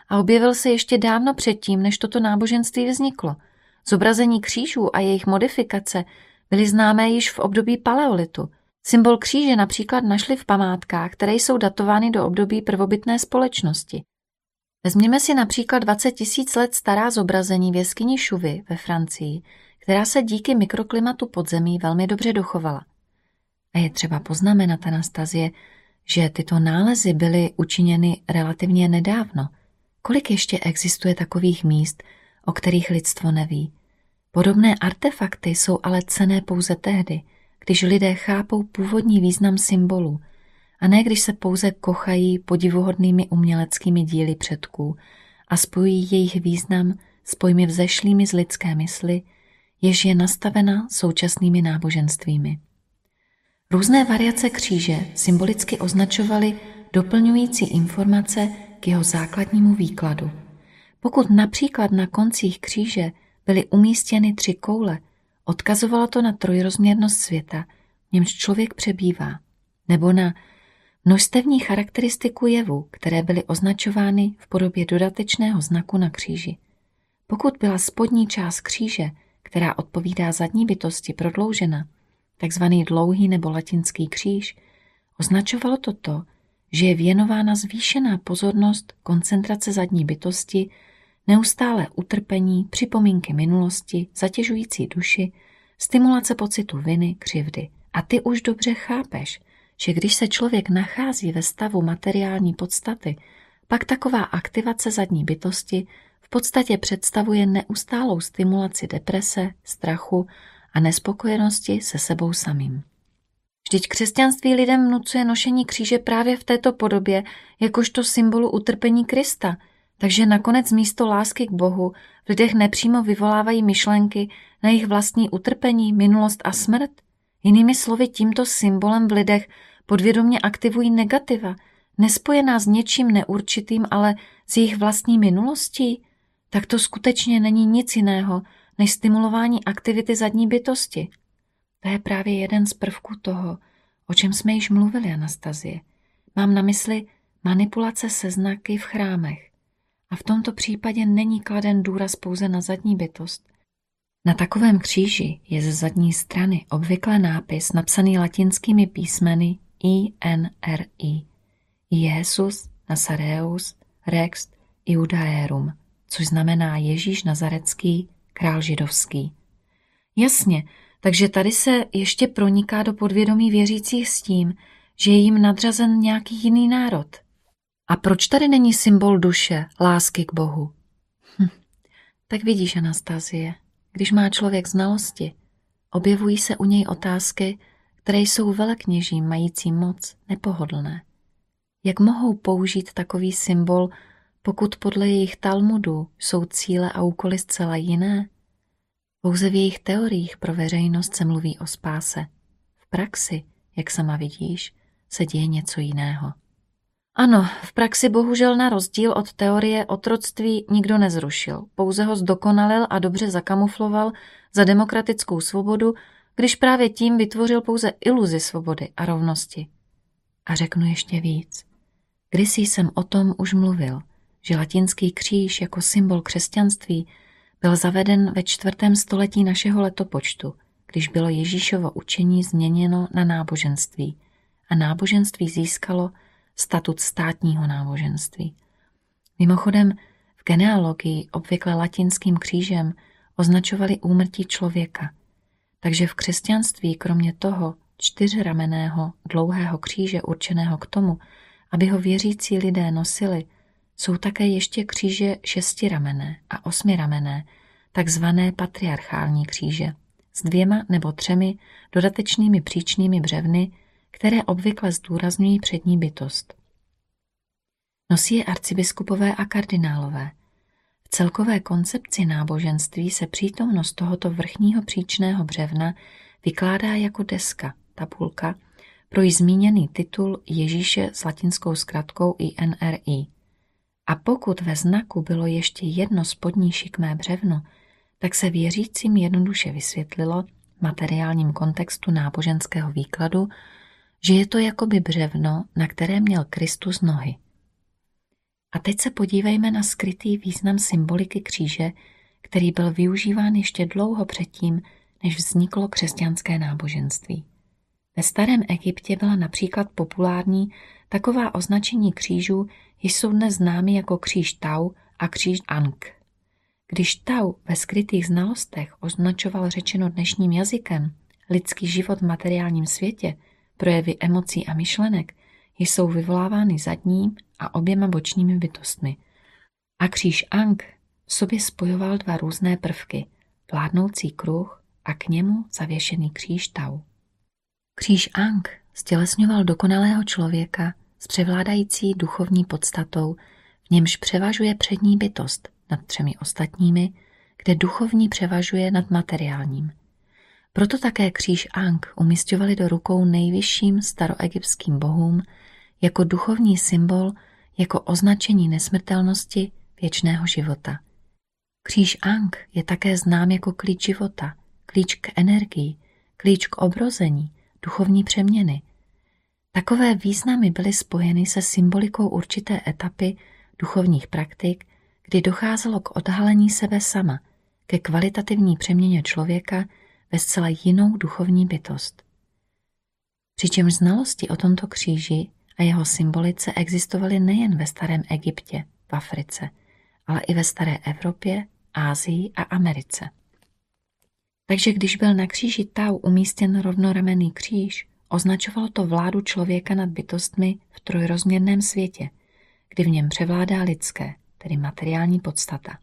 a objevil se ještě dávno předtím, než toto náboženství vzniklo. Zobrazení křížů a jejich modifikace byly známé již v období paleolitu. Symbol kříže například našli v památkách, které jsou datovány do období prvobytné společnosti. Vezměme si například dvacet tisíc let stará zobrazení v jeskyni Chuvy ve Francii, která se díky mikroklimatu podzemí velmi dobře dochovala. A je třeba poznamenat, Anastazie, že tyto nálezy byly učiněny relativně nedávno. Kolik ještě existuje takových míst, o kterých lidstvo neví? Podobné artefakty jsou ale cenné pouze tehdy, když lidé chápou původní význam symbolů, a ne když se pouze kochají podivuhodnými uměleckými díly předků a spojují jejich význam s pojmy vzešlými z lidské mysli, jež je nastavena současnými náboženstvími. Různé variace kříže symbolicky označovaly doplňující informace k jeho základnímu výkladu. Pokud například na koncích kříže byly umístěny tři koule, odkazovalo to na trojrozměrnost světa, v němž člověk přebývá, nebo na množstevní charakteristiku jevu, které byly označovány v podobě dodatečného znaku na kříži. Pokud byla spodní část kříže, která odpovídá zadní bytosti, prodloužena, takzvaný dlouhý nebo latinský kříž, označovalo to to, že je věnována zvýšená pozornost koncentrace zadní bytosti, neustále utrpení, připomínky minulosti, zatěžující duši, stimulace pocitu viny, křivdy. A ty už dobře chápeš, že když se člověk nachází ve stavu materiální podstaty, pak taková aktivace zadní bytosti v podstatě představuje neustálou stimulaci deprese, strachu a nespokojenosti se sebou samým. Vždyť křesťanství lidem vnucuje nošení kříže právě v této podobě, jakožto symbolu utrpení Krista, takže nakonec místo lásky k Bohu v lidech nepřímo vyvolávají myšlenky na jejich vlastní utrpení, minulost a smrt. Jinými slovy, tímto symbolem v lidech podvědomě aktivují negativa, nespojená s něčím neurčitým, ale s jejich vlastní minulostí. Tak to skutečně není nic jiného, než stimulování aktivity zadní bytosti. To je právě jeden z prvků toho, o čem jsme již mluvili, Anastazie. Mám na mysli manipulace se znaky v chrámech. A v tomto případě není kladen důraz pouze na zadní bytost. Na takovém kříži je ze zadní strany obvykle nápis napsaný latinskými písmeny I N R I. Jesus Nazareus Rex Iudaerum, což znamená Ježíš Nazarecký, král židovský. Jasně, takže tady se ještě proniká do podvědomí věřících s tím, že je jim nadřazen nějaký jiný národ. A proč tady není symbol duše, lásky k Bohu? Hm. Tak vidíš, Anastazie, když má člověk znalosti, objevují se u něj otázky, které jsou velekněžím mající moc nepohodlné. Jak mohou použít takový symbol, pokud podle jejich Talmudu jsou cíle a úkoly zcela jiné? Pouze v jejich teoriích pro veřejnost se mluví o spáse. V praxi, jak sama vidíš, se děje něco jiného. Ano, v praxi bohužel na rozdíl od teorie otroctví nikdo nezrušil, pouze ho zdokonalil a dobře zakamufloval za demokratickou svobodu, když právě tím vytvořil pouze iluzi svobody a rovnosti. A řeknu ještě víc. Kdysi jsem o tom už mluvil, že latinský kříž jako symbol křesťanství byl zaveden ve čtvrtém století našeho letopočtu, když bylo Ježíšovo učení změněno na náboženství a náboženství získalo statut státního náboženství. Mimochodem, v genealogii obvykle latinským křížem označovali úmrtí člověka, takže v křesťanství kromě toho čtyřramenného dlouhého kříže určeného k tomu, aby ho věřící lidé nosili, jsou také ještě kříže šestiramené a osmiramené, takzvané patriarchální kříže, s dvěma nebo třemi dodatečnými příčnými břevny, které obvykle zdůrazňují přední bytost. Nosí je arcibiskupové a kardinálové. V celkové koncepci náboženství se přítomnost tohoto vrchního příčného břevna vykládá jako deska, tabulka, pro již zmíněný titul Ježíše s latinskou zkratkou I N R I. A pokud ve znaku bylo ještě jedno spodní šikmé břevno, tak se věřícím jednoduše vysvětlilo v materiálním kontextu náboženského výkladu, že je to jakoby břevno, na které měl Kristus nohy. A teď se podívejme na skrytý význam symboliky kříže, který byl využíván ještě dlouho předtím, než vzniklo křesťanské náboženství. Ve starém Egyptě byla například populární taková označení křížů, jež jsou dnes známy jako kříž Tau a kříž Ankh. Když Tau ve skrytých znalostech označoval řečeno dnešním jazykem lidský život v materiálním světě, projevy emocí a myšlenek, jsou vyvolávány zadním a oběma bočními bytostmi. A kříž Ankh v sobě spojoval dva různé prvky, vládnoucí kruh a k němu zavěšený kříž Tau. Kříž Ankh stělesňoval dokonalého člověka s převládající duchovní podstatou, v němž převažuje přední bytost nad třemi ostatními, kde duchovní převažuje nad materiálním. Proto také kříž Ankh umisťovali do rukou nejvyšším staroegyptským bohům jako duchovní symbol, jako označení nesmrtelnosti věčného života. Kříž Ankh je také znám jako klíč života, klíč k energii, klíč k obrození, duchovní přeměny. Takové významy byly spojeny se symbolikou určité etapy duchovních praktik, kdy docházelo k odhalení sebe sama, ke kvalitativní přeměně člověka ve zcela jinou duchovní bytost. Přičemž znalosti o tomto kříži a jeho symbolice existovaly nejen ve starém Egyptě, v Africe, ale i ve staré Evropě, Asii a Americe. Takže když byl na kříži Tau umístěn rovnoramenný kříž, označovalo to vládu člověka nad bytostmi v trojrozměrném světě, kdy v něm převládá lidské, tedy materiální podstata.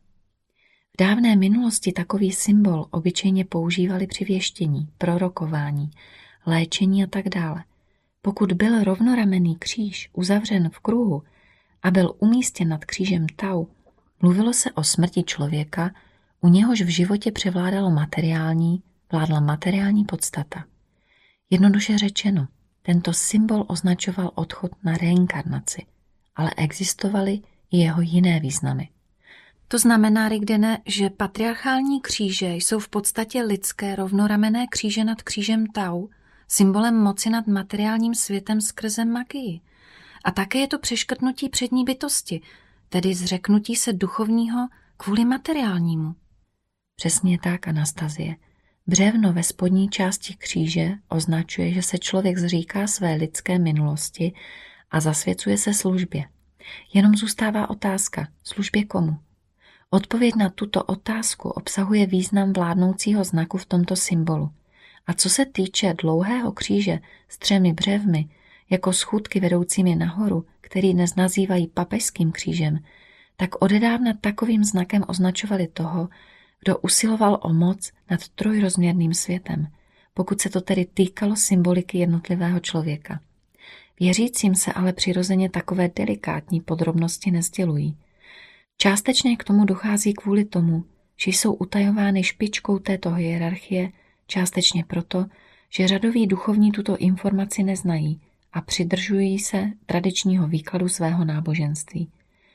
V dávné minulosti takový symbol obyčejně používali při věštění, prorokování, léčení a tak dále. Pokud byl rovnoramenný kříž uzavřen v kruhu a byl umístěn nad křížem Tau, mluvilo se o smrti člověka, u něhož v životě převládalo materiální, vládla materiální podstata. Jednoduše řečeno, tento symbol označoval odchod na reinkarnaci, ale existovaly i jeho jiné významy. To znamená, Rigdene, že patriarchální kříže jsou v podstatě lidské rovnoramenné kříže nad křížem Tau, symbolem moci nad materiálním světem skrze magii. A také je to přeškrtnutí přední bytosti, tedy zřeknutí se duchovního kvůli materiálnímu. Přesně tak, Anastazie. Břevno ve spodní části kříže označuje, že se člověk zříká své lidské minulosti a zasvěcuje se službě. Jenom zůstává otázka, službě komu? Odpověď na tuto otázku obsahuje význam vládnoucího znaku v tomto symbolu. A co se týče dlouhého kříže s třemi břevmi, jako schůdky vedoucími nahoru, který dnes nazývají papežským křížem, tak odedávna takovým znakem označovali toho, kdo usiloval o moc nad trojrozměrným světem, pokud se to tedy týkalo symboliky jednotlivého člověka. Věřícím se ale přirozeně takové delikátní podrobnosti nesdělují. Částečně k tomu dochází kvůli tomu, že jsou utajovány špičkou této hierarchie, částečně proto, že řadoví duchovní tuto informaci neznají a přidržují se tradičního výkladu svého náboženství.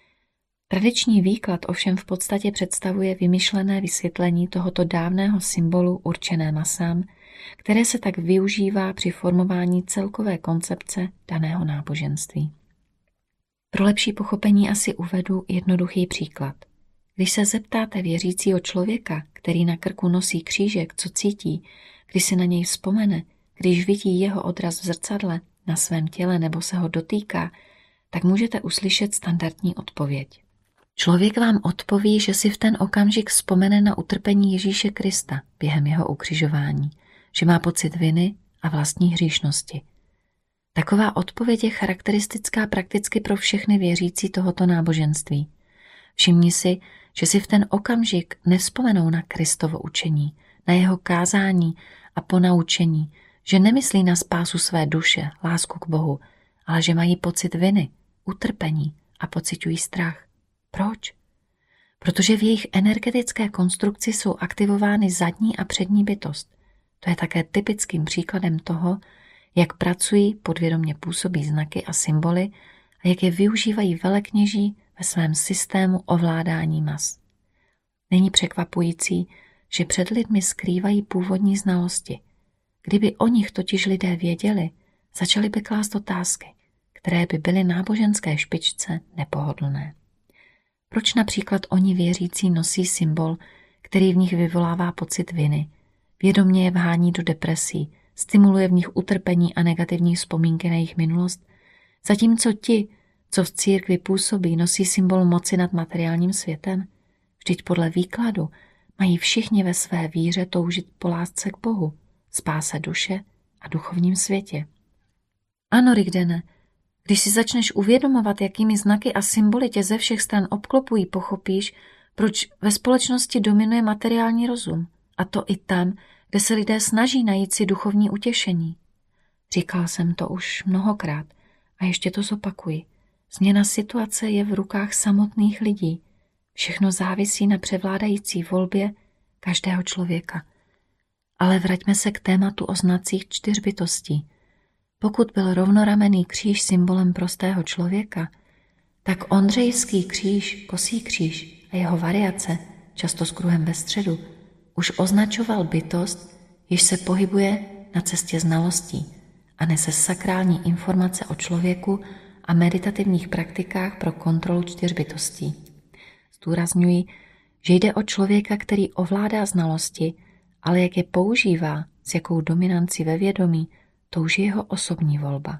Tradiční výklad ovšem v podstatě představuje vymyšlené vysvětlení tohoto dávného symbolu určené masám, které se tak využívá při formování celkové koncepce daného náboženství. Pro lepší pochopení asi uvedu jednoduchý příklad. Když se zeptáte věřícího člověka, který na krku nosí křížek, co cítí, když si na něj vzpomene, když vidí jeho odraz v zrcadle na svém těle nebo se ho dotýká, tak můžete uslyšet standardní odpověď. Člověk vám odpoví, že si v ten okamžik vzpomene na utrpení Ježíše Krista během jeho ukřižování, že má pocit viny a vlastní hříšnosti. Taková odpověď je charakteristická prakticky pro všechny věřící tohoto náboženství. Všimni si, že si v ten okamžik nevzpomenou na Kristovo učení, na jeho kázání a ponaučení, že nemyslí na spásu své duše, lásku k Bohu, ale že mají pocit viny, utrpení a pociťují strach. Proč? Protože v jejich energetické konstrukci jsou aktivovány zadní a přední bytost. To je také typickým příkladem toho, jak pracují, podvědomě působí znaky a symboly a jak je využívají velekněží ve svém systému ovládání mas. Není překvapující, že před lidmi skrývají původní znalosti. Kdyby o nich totiž lidé věděli, začali by klást otázky, které by byly náboženské špičce nepohodlné. Proč například oni věřící nosí symbol, který v nich vyvolává pocit viny, vědomě je vhání do depresí, stimuluje v nich utrpení a negativní vzpomínky na jejich minulost, zatímco ti, co v církvi působí, nosí symbol moci nad materiálním světem? Vždyť podle výkladu mají všichni ve své víře toužit po lásce k Bohu, spáse duše a duchovním světě. Ano, Rigdene, když si začneš uvědomovat, jakými znaky a symboly tě ze všech stran obklopují, pochopíš, proč ve společnosti dominuje materiální rozum, a to i tam, kde se lidé snaží najít si duchovní utěšení. Říkal jsem to už mnohokrát a ještě to zopakuji. Změna situace je v rukách samotných lidí. Všechno závisí na převládající volbě každého člověka. Ale vraťme se k tématu o znacích čtyř bytostí. Pokud byl rovnoramenný kříž symbolem prostého člověka, tak Ondřejský kříž, kosí kříž a jeho variace, často s kruhem ve středu, už označoval bytost, jež se pohybuje na cestě znalostí a nese sakrální informace o člověku a meditativních praktikách pro kontrolu čtyř bytostí. Zdůrazňuji, že jde o člověka, který ovládá znalosti, ale jak je používá, s jakou dominancí ve vědomí, to už je jeho osobní volba.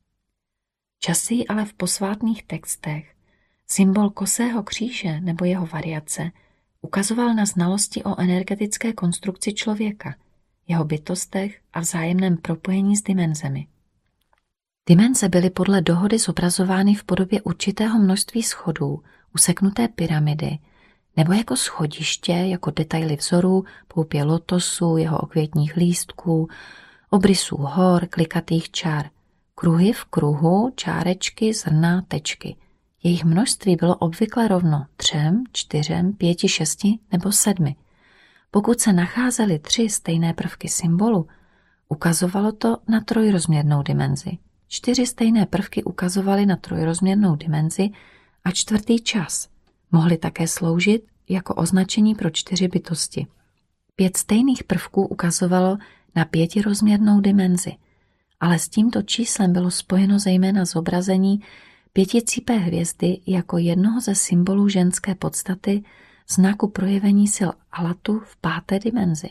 Časí ale v posvátných textech symbol kosého kříže nebo jeho variace ukazoval na znalosti o energetické konstrukci člověka, jeho bytostech a vzájemném propojení s dimenzemi. Dimenze byly podle dohody zobrazovány v podobě určitého množství schodů, useknuté pyramidy, nebo jako schodiště, jako detaily vzorů, poupě lotosu, jeho okvětních lístků, obrysů hor, klikatých čár, kruhy v kruhu, čárečky, zrna, tečky. Jejich množství bylo obvykle rovno třem, čtyřem, pěti, šesti nebo sedmi. Pokud se nacházely tři stejné prvky symbolu, ukazovalo to na trojrozměrnou dimenzi. Čtyři stejné prvky ukazovaly na trojrozměrnou dimenzi a čtvrtý čas. Mohly také sloužit jako označení pro čtyři bytosti. Pět stejných prvků ukazovalo na pětirozměrnou dimenzi, ale s tímto číslem bylo spojeno zejména zobrazení pěticípé hvězdy jako jednoho ze symbolů ženské podstaty, znaku projevení sil Alatu v páté dimenzi.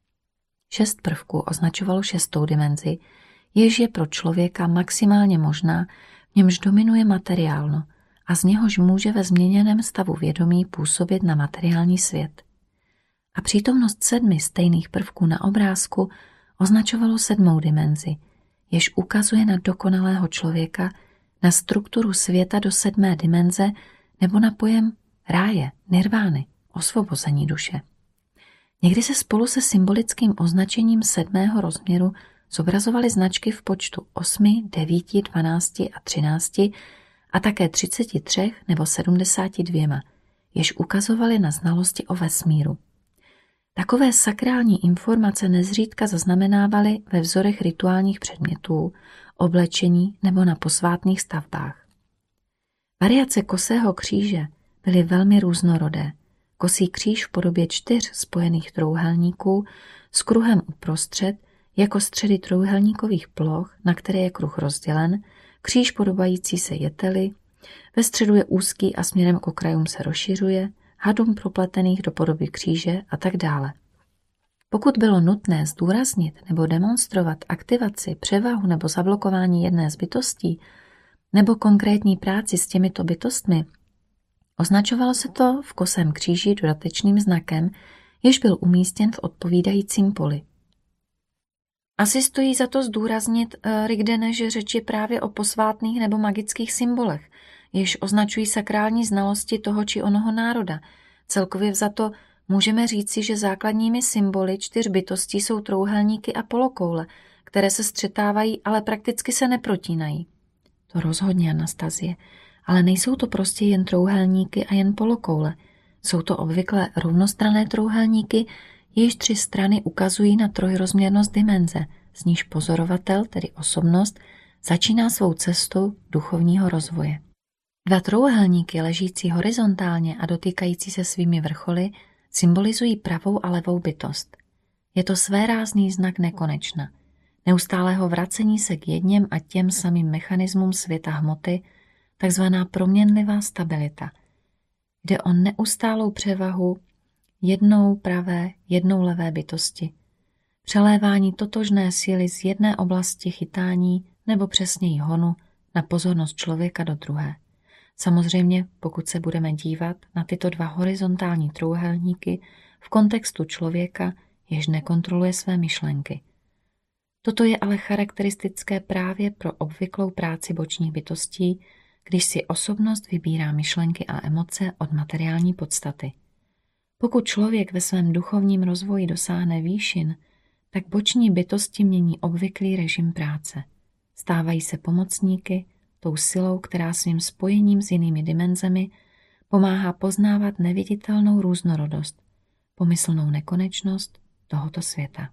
Šest prvků označovalo šestou dimenzi, jež je pro člověka maximálně možná, v němž dominuje materiálno a z něhož může ve změněném stavu vědomí působit na materiální svět. A přítomnost sedmi stejných prvků na obrázku označovalo sedmou dimenzi, jež ukazuje na dokonalého člověka, na strukturu světa do sedmé dimenze nebo na pojem ráje, nirvány, osvobození duše. Někdy se spolu se symbolickým označením sedmého rozměru zobrazovaly značky v počtu osmi, devíti, dvanácti a třinácti a také třiceti třech nebo sedmdesáti dvěma, jež ukazovaly na znalosti o vesmíru. Takové sakrální informace nezřídka zaznamenávaly ve vzorech rituálních předmětů, oblečení nebo na posvátných stavbách. Variace kosého kříže byly velmi různorodé. Kosí kříž v podobě čtyř spojených trojúhelníků s kruhem uprostřed jako středy trojúhelníkových ploch, na které je kruh rozdělen, kříž podobající se jeteli, ve středu je úzký a směrem k okrajům se rozšiřuje, hadům propletených do podoby kříže a tak dále. Pokud bylo nutné zdůraznit nebo demonstrovat aktivaci, převahu nebo zablokování jedné z bytostí nebo konkrétní práci s těmito bytostmi, označovalo se to v kosém kříži dodatečným znakem, jež byl umístěn v odpovídajícím poli. Asi stojí za to zdůraznit, Rigdene, že řeč je právě o posvátných nebo magických symbolech, jež označují sakrální znalosti toho či onoho národa. Celkově vzato můžeme říci, že základními symboly čtyř bytostí jsou trojúhelníky a polokoule, které se střetávají, ale prakticky se neprotínají. To rozhodně, Anastazie, ale nejsou to prostě jen trojúhelníky a jen polokoule. Jsou to obvykle rovnostranné trojúhelníky, jejichž tři strany ukazují na trojrozměrnost dimenze, z níž pozorovatel, tedy osobnost, začíná svou cestu duchovního rozvoje. Dva trojúhelníky ležící horizontálně a dotýkající se svými vrcholy symbolizují pravou a levou bytost. Je to svérázný znak nekonečna, neustálého vracení se k jedněm a těm samým mechanismům světa hmoty, takzvaná proměnlivá stabilita. Jde o neustálou převahu jednou pravé, jednou levé bytosti. Přelévání totožné síly z jedné oblasti chytání nebo přesněji honu na pozornost člověka do druhé. Samozřejmě, pokud se budeme dívat na tyto dva horizontální trojúhelníky v kontextu člověka, jež nekontroluje své myšlenky. Toto je ale charakteristické právě pro obvyklou práci bočních bytostí, když si osobnost vybírá myšlenky a emoce od materiální podstaty. Pokud člověk ve svém duchovním rozvoji dosáhne výšin, tak boční bytosti mění obvyklý režim práce. Stávají se pomocníky, tou silou, která svým spojením s jinými dimenzemi pomáhá poznávat neviditelnou různorodost, pomyslnou nekonečnost tohoto světa.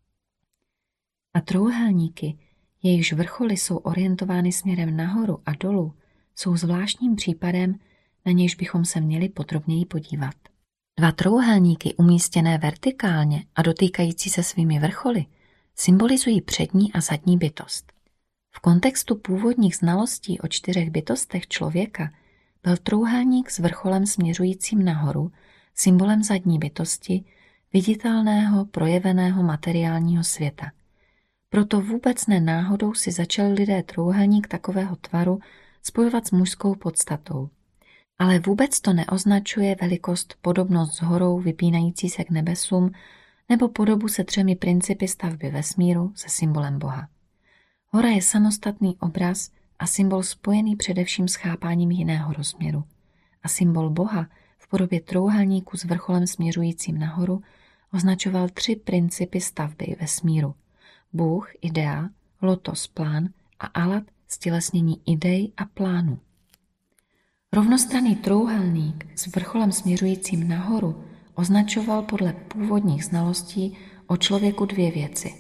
A trojúhelníky, jejichž vrcholy jsou orientovány směrem nahoru a dolů, jsou zvláštním případem, na nějž bychom se měli podrobněji podívat. Dva trojúhelníky umístěné vertikálně a dotýkající se svými vrcholy symbolizují přední a zadní bytost. V kontextu původních znalostí o čtyřech bytostech člověka byl trojúhelník s vrcholem směřujícím nahoru symbolem zadní bytosti, viditelného, projeveného materiálního světa. Proto vůbec ne náhodou si začali lidé trojúhelník takového tvaru spojovat s mužskou podstatou. Ale vůbec to neoznačuje velikost, podobnost s horou vypínající se k nebesům nebo podobu se třemi principy stavby vesmíru se symbolem Boha. Hora je samostatný obraz a symbol spojený především s chápáním jiného rozměru. A symbol Boha v podobě trojúhelníku s vrcholem směřujícím nahoru označoval tři principy stavby vesmíru. Bůh, idea, lotos, plán a alat, stělesnění idej a plánu. Rovnostranný trojúhelník s vrcholem směřujícím nahoru označoval podle původních znalostí o člověku dvě věci.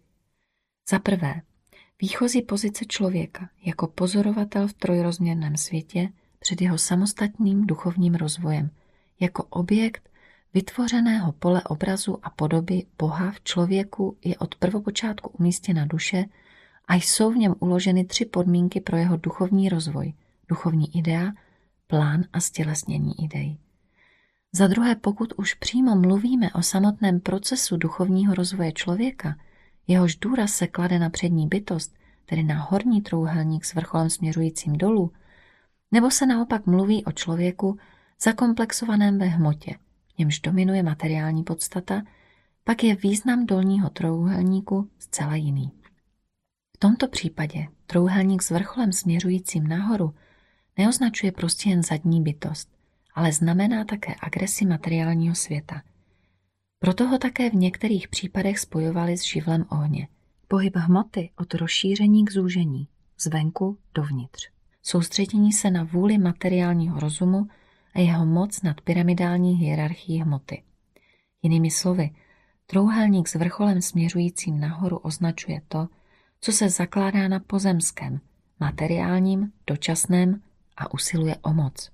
Za prvé, výchozí pozice člověka jako pozorovatel v trojrozměrném světě před jeho samostatným duchovním rozvojem, jako objekt vytvořeného pole obrazu a podoby Boha v člověku je od prvopočátku umístěna duše a jsou v něm uloženy tři podmínky pro jeho duchovní rozvoj, duchovní idea, plán a stělesnění idej. Za druhé, pokud už přímo mluvíme o samotném procesu duchovního rozvoje člověka, jehož důraz se klade na přední bytost, tedy na horní trojúhelník s vrcholem směřujícím dolů, nebo se naopak mluví o člověku zakomplexovaném ve hmotě, v němž dominuje materiální podstata, pak je význam dolního trojúhelníku zcela jiný. V tomto případě trojúhelník s vrcholem směřujícím nahoru neoznačuje prostě jen zadní bytost, ale znamená také agresi materiálního světa. Proto ho také v některých případech spojovali s živlem ohně. Pohyb hmoty od rozšíření k zúžení, zvenku dovnitř. Soustředění se na vůli materiálního rozumu a jeho moc nad pyramidální hierarchií hmoty. Jinými slovy, trojúhelník s vrcholem směřujícím nahoru označuje to, co se zakládá na pozemském, materiálním, dočasném a usiluje o moc.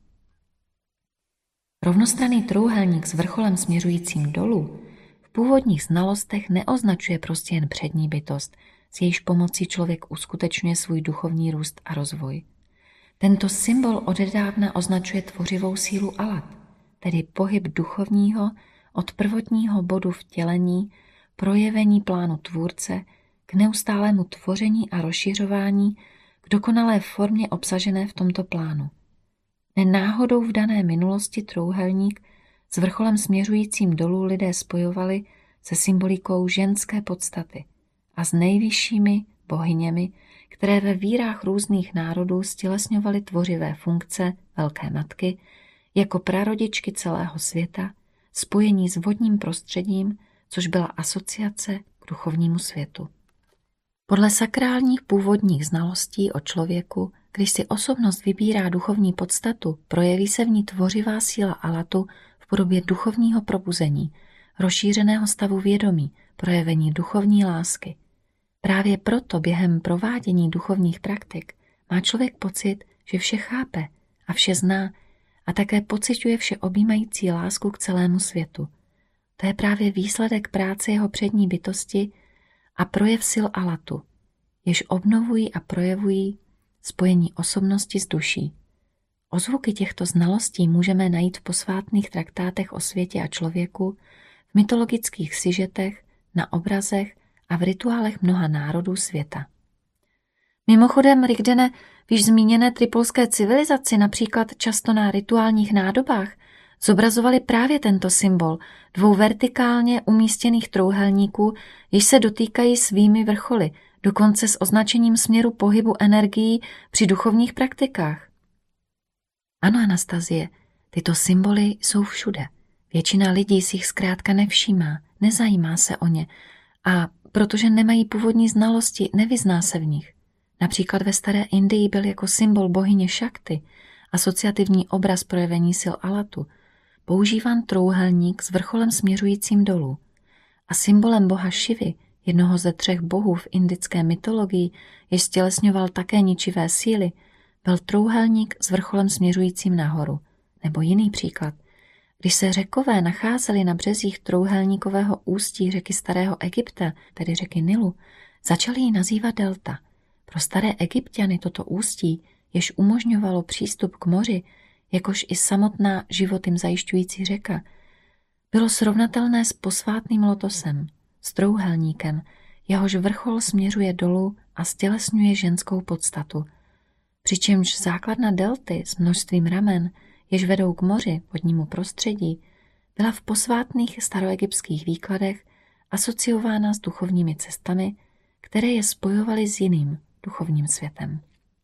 Rovnostranný trojúhelník s vrcholem směřujícím dolů v původních znalostech neoznačuje prostě jen přední bytost, s jejíž pomocí člověk uskutečňuje svůj duchovní růst a rozvoj. Tento symbol odedávna označuje tvořivou sílu alat, tedy pohyb duchovního od prvotního bodu vtělení, projevení plánu tvůrce k neustálému tvoření a rozšiřování k dokonalé formě obsažené v tomto plánu. Nenáhodou v dané minulosti trojúhelník s vrcholem směřujícím dolů lidé spojovali se symbolikou ženské podstaty a s nejvyššími bohyněmi, které ve vírách různých národů stělesňovaly tvořivé funkce Velké matky jako prarodičky celého světa, spojení s vodním prostředím, což byla asociace k duchovnímu světu. Podle sakrálních původních znalostí o člověku, když si osobnost vybírá duchovní podstatu, projeví se v ní tvořivá síla alatu v podobě duchovního probuzení, rozšířeného stavu vědomí, projevení duchovní lásky. Právě proto během provádění duchovních praktik má člověk pocit, že vše chápe a vše zná a také pociťuje vše objímající lásku k celému světu. To je právě výsledek práce jeho přední bytosti a projev sil alatu, jež obnovují a projevují spojení osobnosti s duší. Ozvuky těchto znalostí můžeme najít v posvátných traktátech o světě a člověku, v mytologických sižetech, na obrazech a v rituálech mnoha národů světa. Mimochodem, Rigdene, v již zmíněné tripolské civilizaci, například často na rituálních nádobách, zobrazovali právě tento symbol dvou vertikálně umístěných trouhelníků, jež se dotýkají svými vrcholy, dokonce s označením směru pohybu energií při duchovních praktikách. Ano, Anastazie, tyto symboly jsou všude. Většina lidí si jich zkrátka nevšímá, nezajímá se o ně a protože nemají původní znalosti, nevyzná se v nich. Například ve staré Indii byl jako symbol bohyně Šakty, asociativní obraz projevení sil Alatu, používán trouhelník s vrcholem směřujícím dolů. A symbolem boha Šivy, jednoho ze třech bohů v indické mytologii, jež stělesňoval také ničivé síly, byl trouhelník s vrcholem směřujícím nahoru. Nebo jiný příklad. Když se Řekové nacházeli na březích trouhelníkového ústí řeky Starého Egypta, tedy řeky Nilu, začali ji nazývat delta. Pro staré Egypťany toto ústí, jež umožňovalo přístup k moři, jakož i samotná život jim zajišťující řeka, bylo srovnatelné s posvátným lotosem, s trouhelníkem, jehož vrchol směřuje dolů a stělesňuje ženskou podstatu. Přičemž základna delty s množstvím ramen, jež vedou k moři, vodnímu prostředí, byla v posvátných staroegyptských výkladech asociována s duchovními cestami, které je spojovaly s jiným duchovním světem.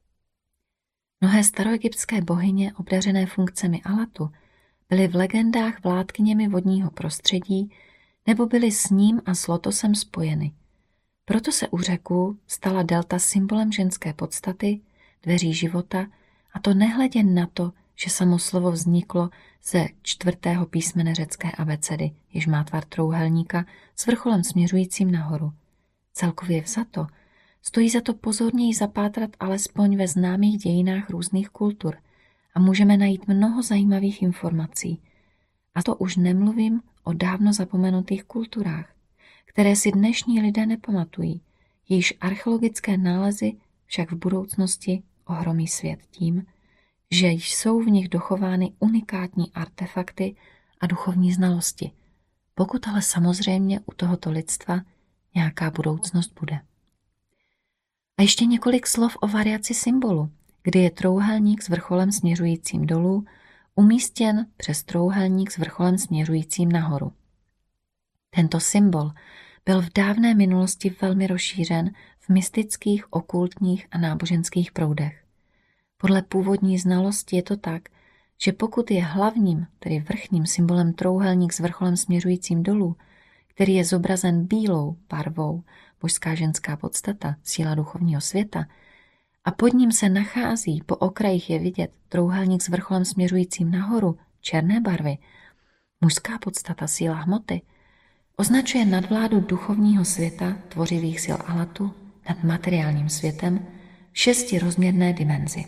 Mnohé staroegyptské bohyně obdařené funkcemi Alatu byly v legendách vládkyněmi vodního prostředí nebo byly s ním a s lotosem spojeny. Proto se u Řeků stala delta symbolem ženské podstaty, dveří života, a to nehledě na to, že samo slovo vzniklo ze čtvrtého písmene řecké abecedy, jež má tvar trouhelníka s vrcholem směřujícím nahoru. Celkově vzato stojí za to pozorněji zapátrat alespoň ve známých dějinách různých kultur a můžeme najít mnoho zajímavých informací. A to už nemluvím o dávno zapomenutých kulturách, které si dnešní lidé nepamatují, jejichž archeologické nálezy však v budoucnosti ohromí svět tím, že jsou v nich dochovány unikátní artefakty a duchovní znalosti, pokud ale samozřejmě u tohoto lidstva nějaká budoucnost bude. A ještě několik slov o variaci symbolu, kdy je trouhelník s vrcholem směřujícím dolů umístěn přes trouhelník s vrcholem směřujícím nahoru. Tento symbol byl v dávné minulosti velmi rozšířen v mystických, okultních a náboženských proudech. Podle původní znalosti je to tak, že pokud je hlavním, tedy vrchním symbolem trouhelník s vrcholem směřujícím dolů, který je zobrazen bílou barvou, božská ženská podstata, síla duchovního světa, a pod ním se nachází, po okrajích je vidět trouhelník s vrcholem směřujícím nahoru, černé barvy, mužská podstata, síla hmoty, označuje nadvládu duchovního světa, tvořivých sil Alatu, nad materiálním světem v šestirozměrné dimenzi.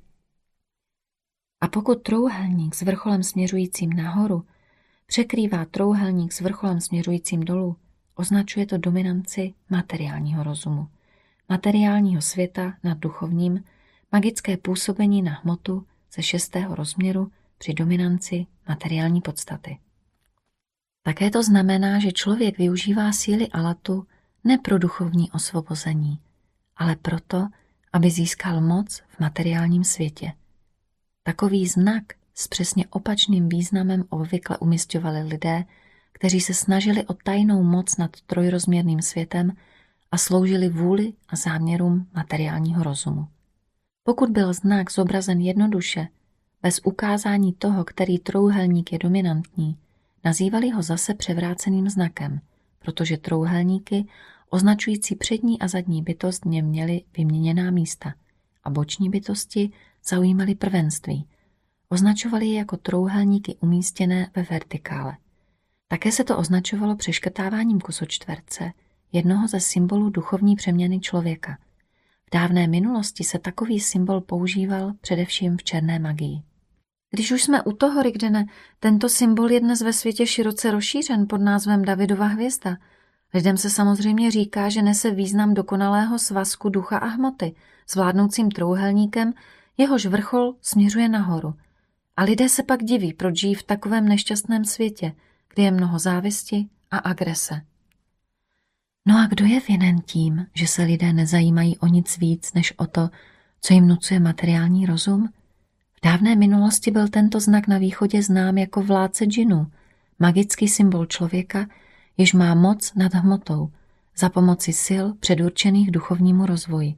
A pokud trouhelník s vrcholem směřujícím nahoru překrývá trouhelník s vrcholem směřujícím dolů, označuje to dominanci materiálního rozumu, materiálního světa nad duchovním, magické působení na hmotu ze šestého rozměru při dominanci materiální podstaty. Také to znamená, že člověk využívá síly Alatu ne pro duchovní osvobození, ale proto, aby získal moc v materiálním světě. Takový znak s přesně opačným významem obvykle umisťovali lidé, kteří se snažili o tajnou moc nad trojrozměrným světem a sloužili vůli a záměrům materiálního rozumu. Pokud byl znak zobrazen jednoduše, bez ukázání toho, který trouhelník je dominantní, nazývali ho zase převráceným znakem, protože trouhelníky označující přední a zadní bytost v něm měly vyměněná místa a boční bytosti zaujímaly prvenství. Označovali je jako trouhelníky umístěné ve vertikále. Také se to označovalo přeškrtáváním kusočtverce, jednoho ze symbolů duchovní přeměny člověka. V dávné minulosti se takový symbol používal především v černé magii. Když už jsme u toho, Rigdene, tento symbol je dnes ve světě široce rozšířen pod názvem Davidova hvězda. Lidem se samozřejmě říká, že nese význam dokonalého svazku ducha a hmoty s vládnoucím trouhelníkem, jehož vrchol směřuje nahoru. A lidé se pak diví, proč žijí v takovém nešťastném světě, kde je mnoho závisti a agrese. No a kdo je vinen tím, že se lidé nezajímají o nic víc, než o to, co jim nucuje materiální rozum? V dávné minulosti byl tento znak na východě znám jako vládce džinů, magický symbol člověka, jež má moc nad hmotou, za pomoci sil předurčených duchovnímu rozvoji.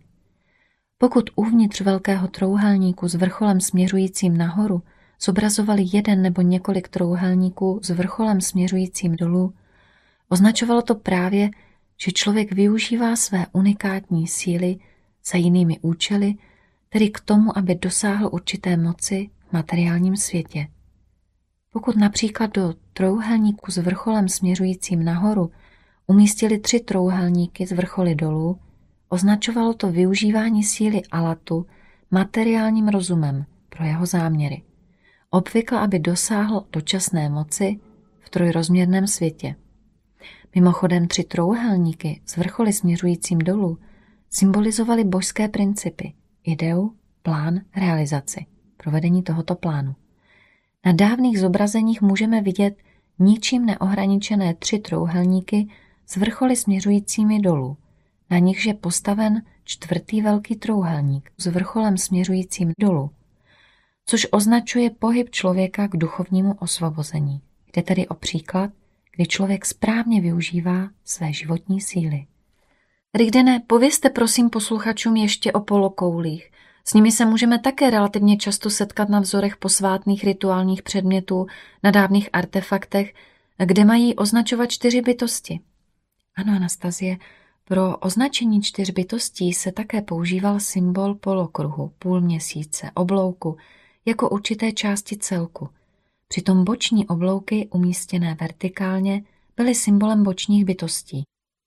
Pokud uvnitř velkého trouhelníku s vrcholem směřujícím nahoru zobrazovali jeden nebo několik trouhelníků s vrcholem směřujícím dolů, označovalo to právě, že člověk využívá své unikátní síly za jinými účely, tedy k tomu, aby dosáhl určité moci v materiálním světě. Pokud například do trouhelníku s vrcholem směřujícím nahoru umístili tři trouhelníky s vrcholy dolů, označovalo to využívání síly Alatu materiálním rozumem pro jeho záměry, obvykle aby dosáhl dočasné moci v trojrozměrném světě. Mimochodem tři trouhelníky s vrcholy směřujícím dolů symbolizovaly božské principy, ideu, plán, realizaci, provedení tohoto plánu. Na dávných zobrazeních můžeme vidět ničím neohraničené tři trouhelníky s vrcholy směřujícími dolů, na nichž je postaven čtvrtý velký trouhelník s vrcholem směřujícím dolů, což označuje pohyb člověka k duchovnímu osvobození. Jde tedy o příklad, kdy člověk správně využívá své životní síly. Rigdene, povězte prosím posluchačům ještě o polokoulích. S nimi se můžeme také relativně často setkat na vzorech posvátných rituálních předmětů, na dávných artefaktech, kde mají označovat čtyři bytosti. Ano, Anastazie, pro označení čtyř bytostí se také používal symbol polokruhu, půlměsíce, oblouku, jako určité části celku. Přitom boční oblouky umístěné vertikálně byly symbolem bočních bytostí.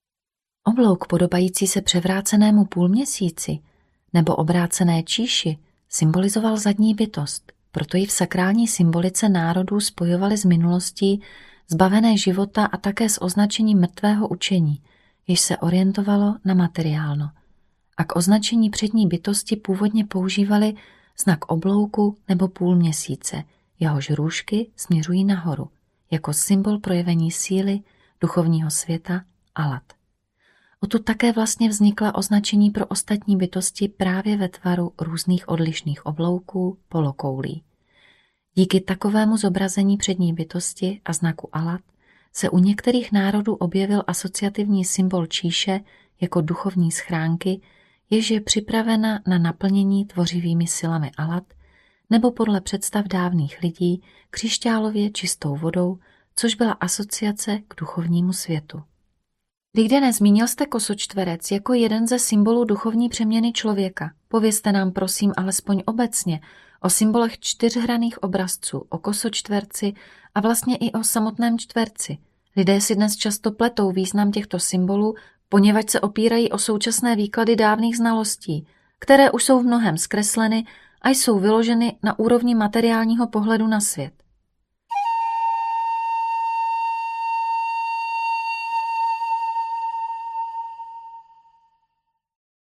Oblouk podobající se převrácenému půlměsíci nebo obrácené číši symbolizoval zadní bytost, proto ji v sakrální symbolice národů spojovali s minulostí, zbavené života a také s označením mrtvého učení, jež se orientovalo na materiálno. A k označení přední bytosti původně používali znak oblouku nebo půlměsíce, jehož růžky směřují nahoru, jako symbol projevení síly duchovního světa Alat. Odtud také vlastně vznikla označení pro ostatní bytosti právě ve tvaru různých odlišných oblouků, polokoulí. Díky takovému zobrazení přední bytosti a znaku Alat se u některých národů objevil asociativní symbol číše jako duchovní schránky, jež je připravena na naplnění tvořivými silami Alat, nebo podle představ dávných lidí křišťálově čistou vodou, což byla asociace k duchovnímu světu. Rigdene, zmínil jste kosočtverec jako jeden ze symbolů duchovní přeměny člověka. Povězte nám prosím alespoň obecně o symbolech čtyřhranných obrazců, o kosočtverci a vlastně i o samotném čtverci. Lidé si dnes často pletou význam těchto symbolů, poněvadž se opírají o současné výklady dávných znalostí, které už jsou v mnohém zkresleny a jsou vyloženy na úrovni materiálního pohledu na svět.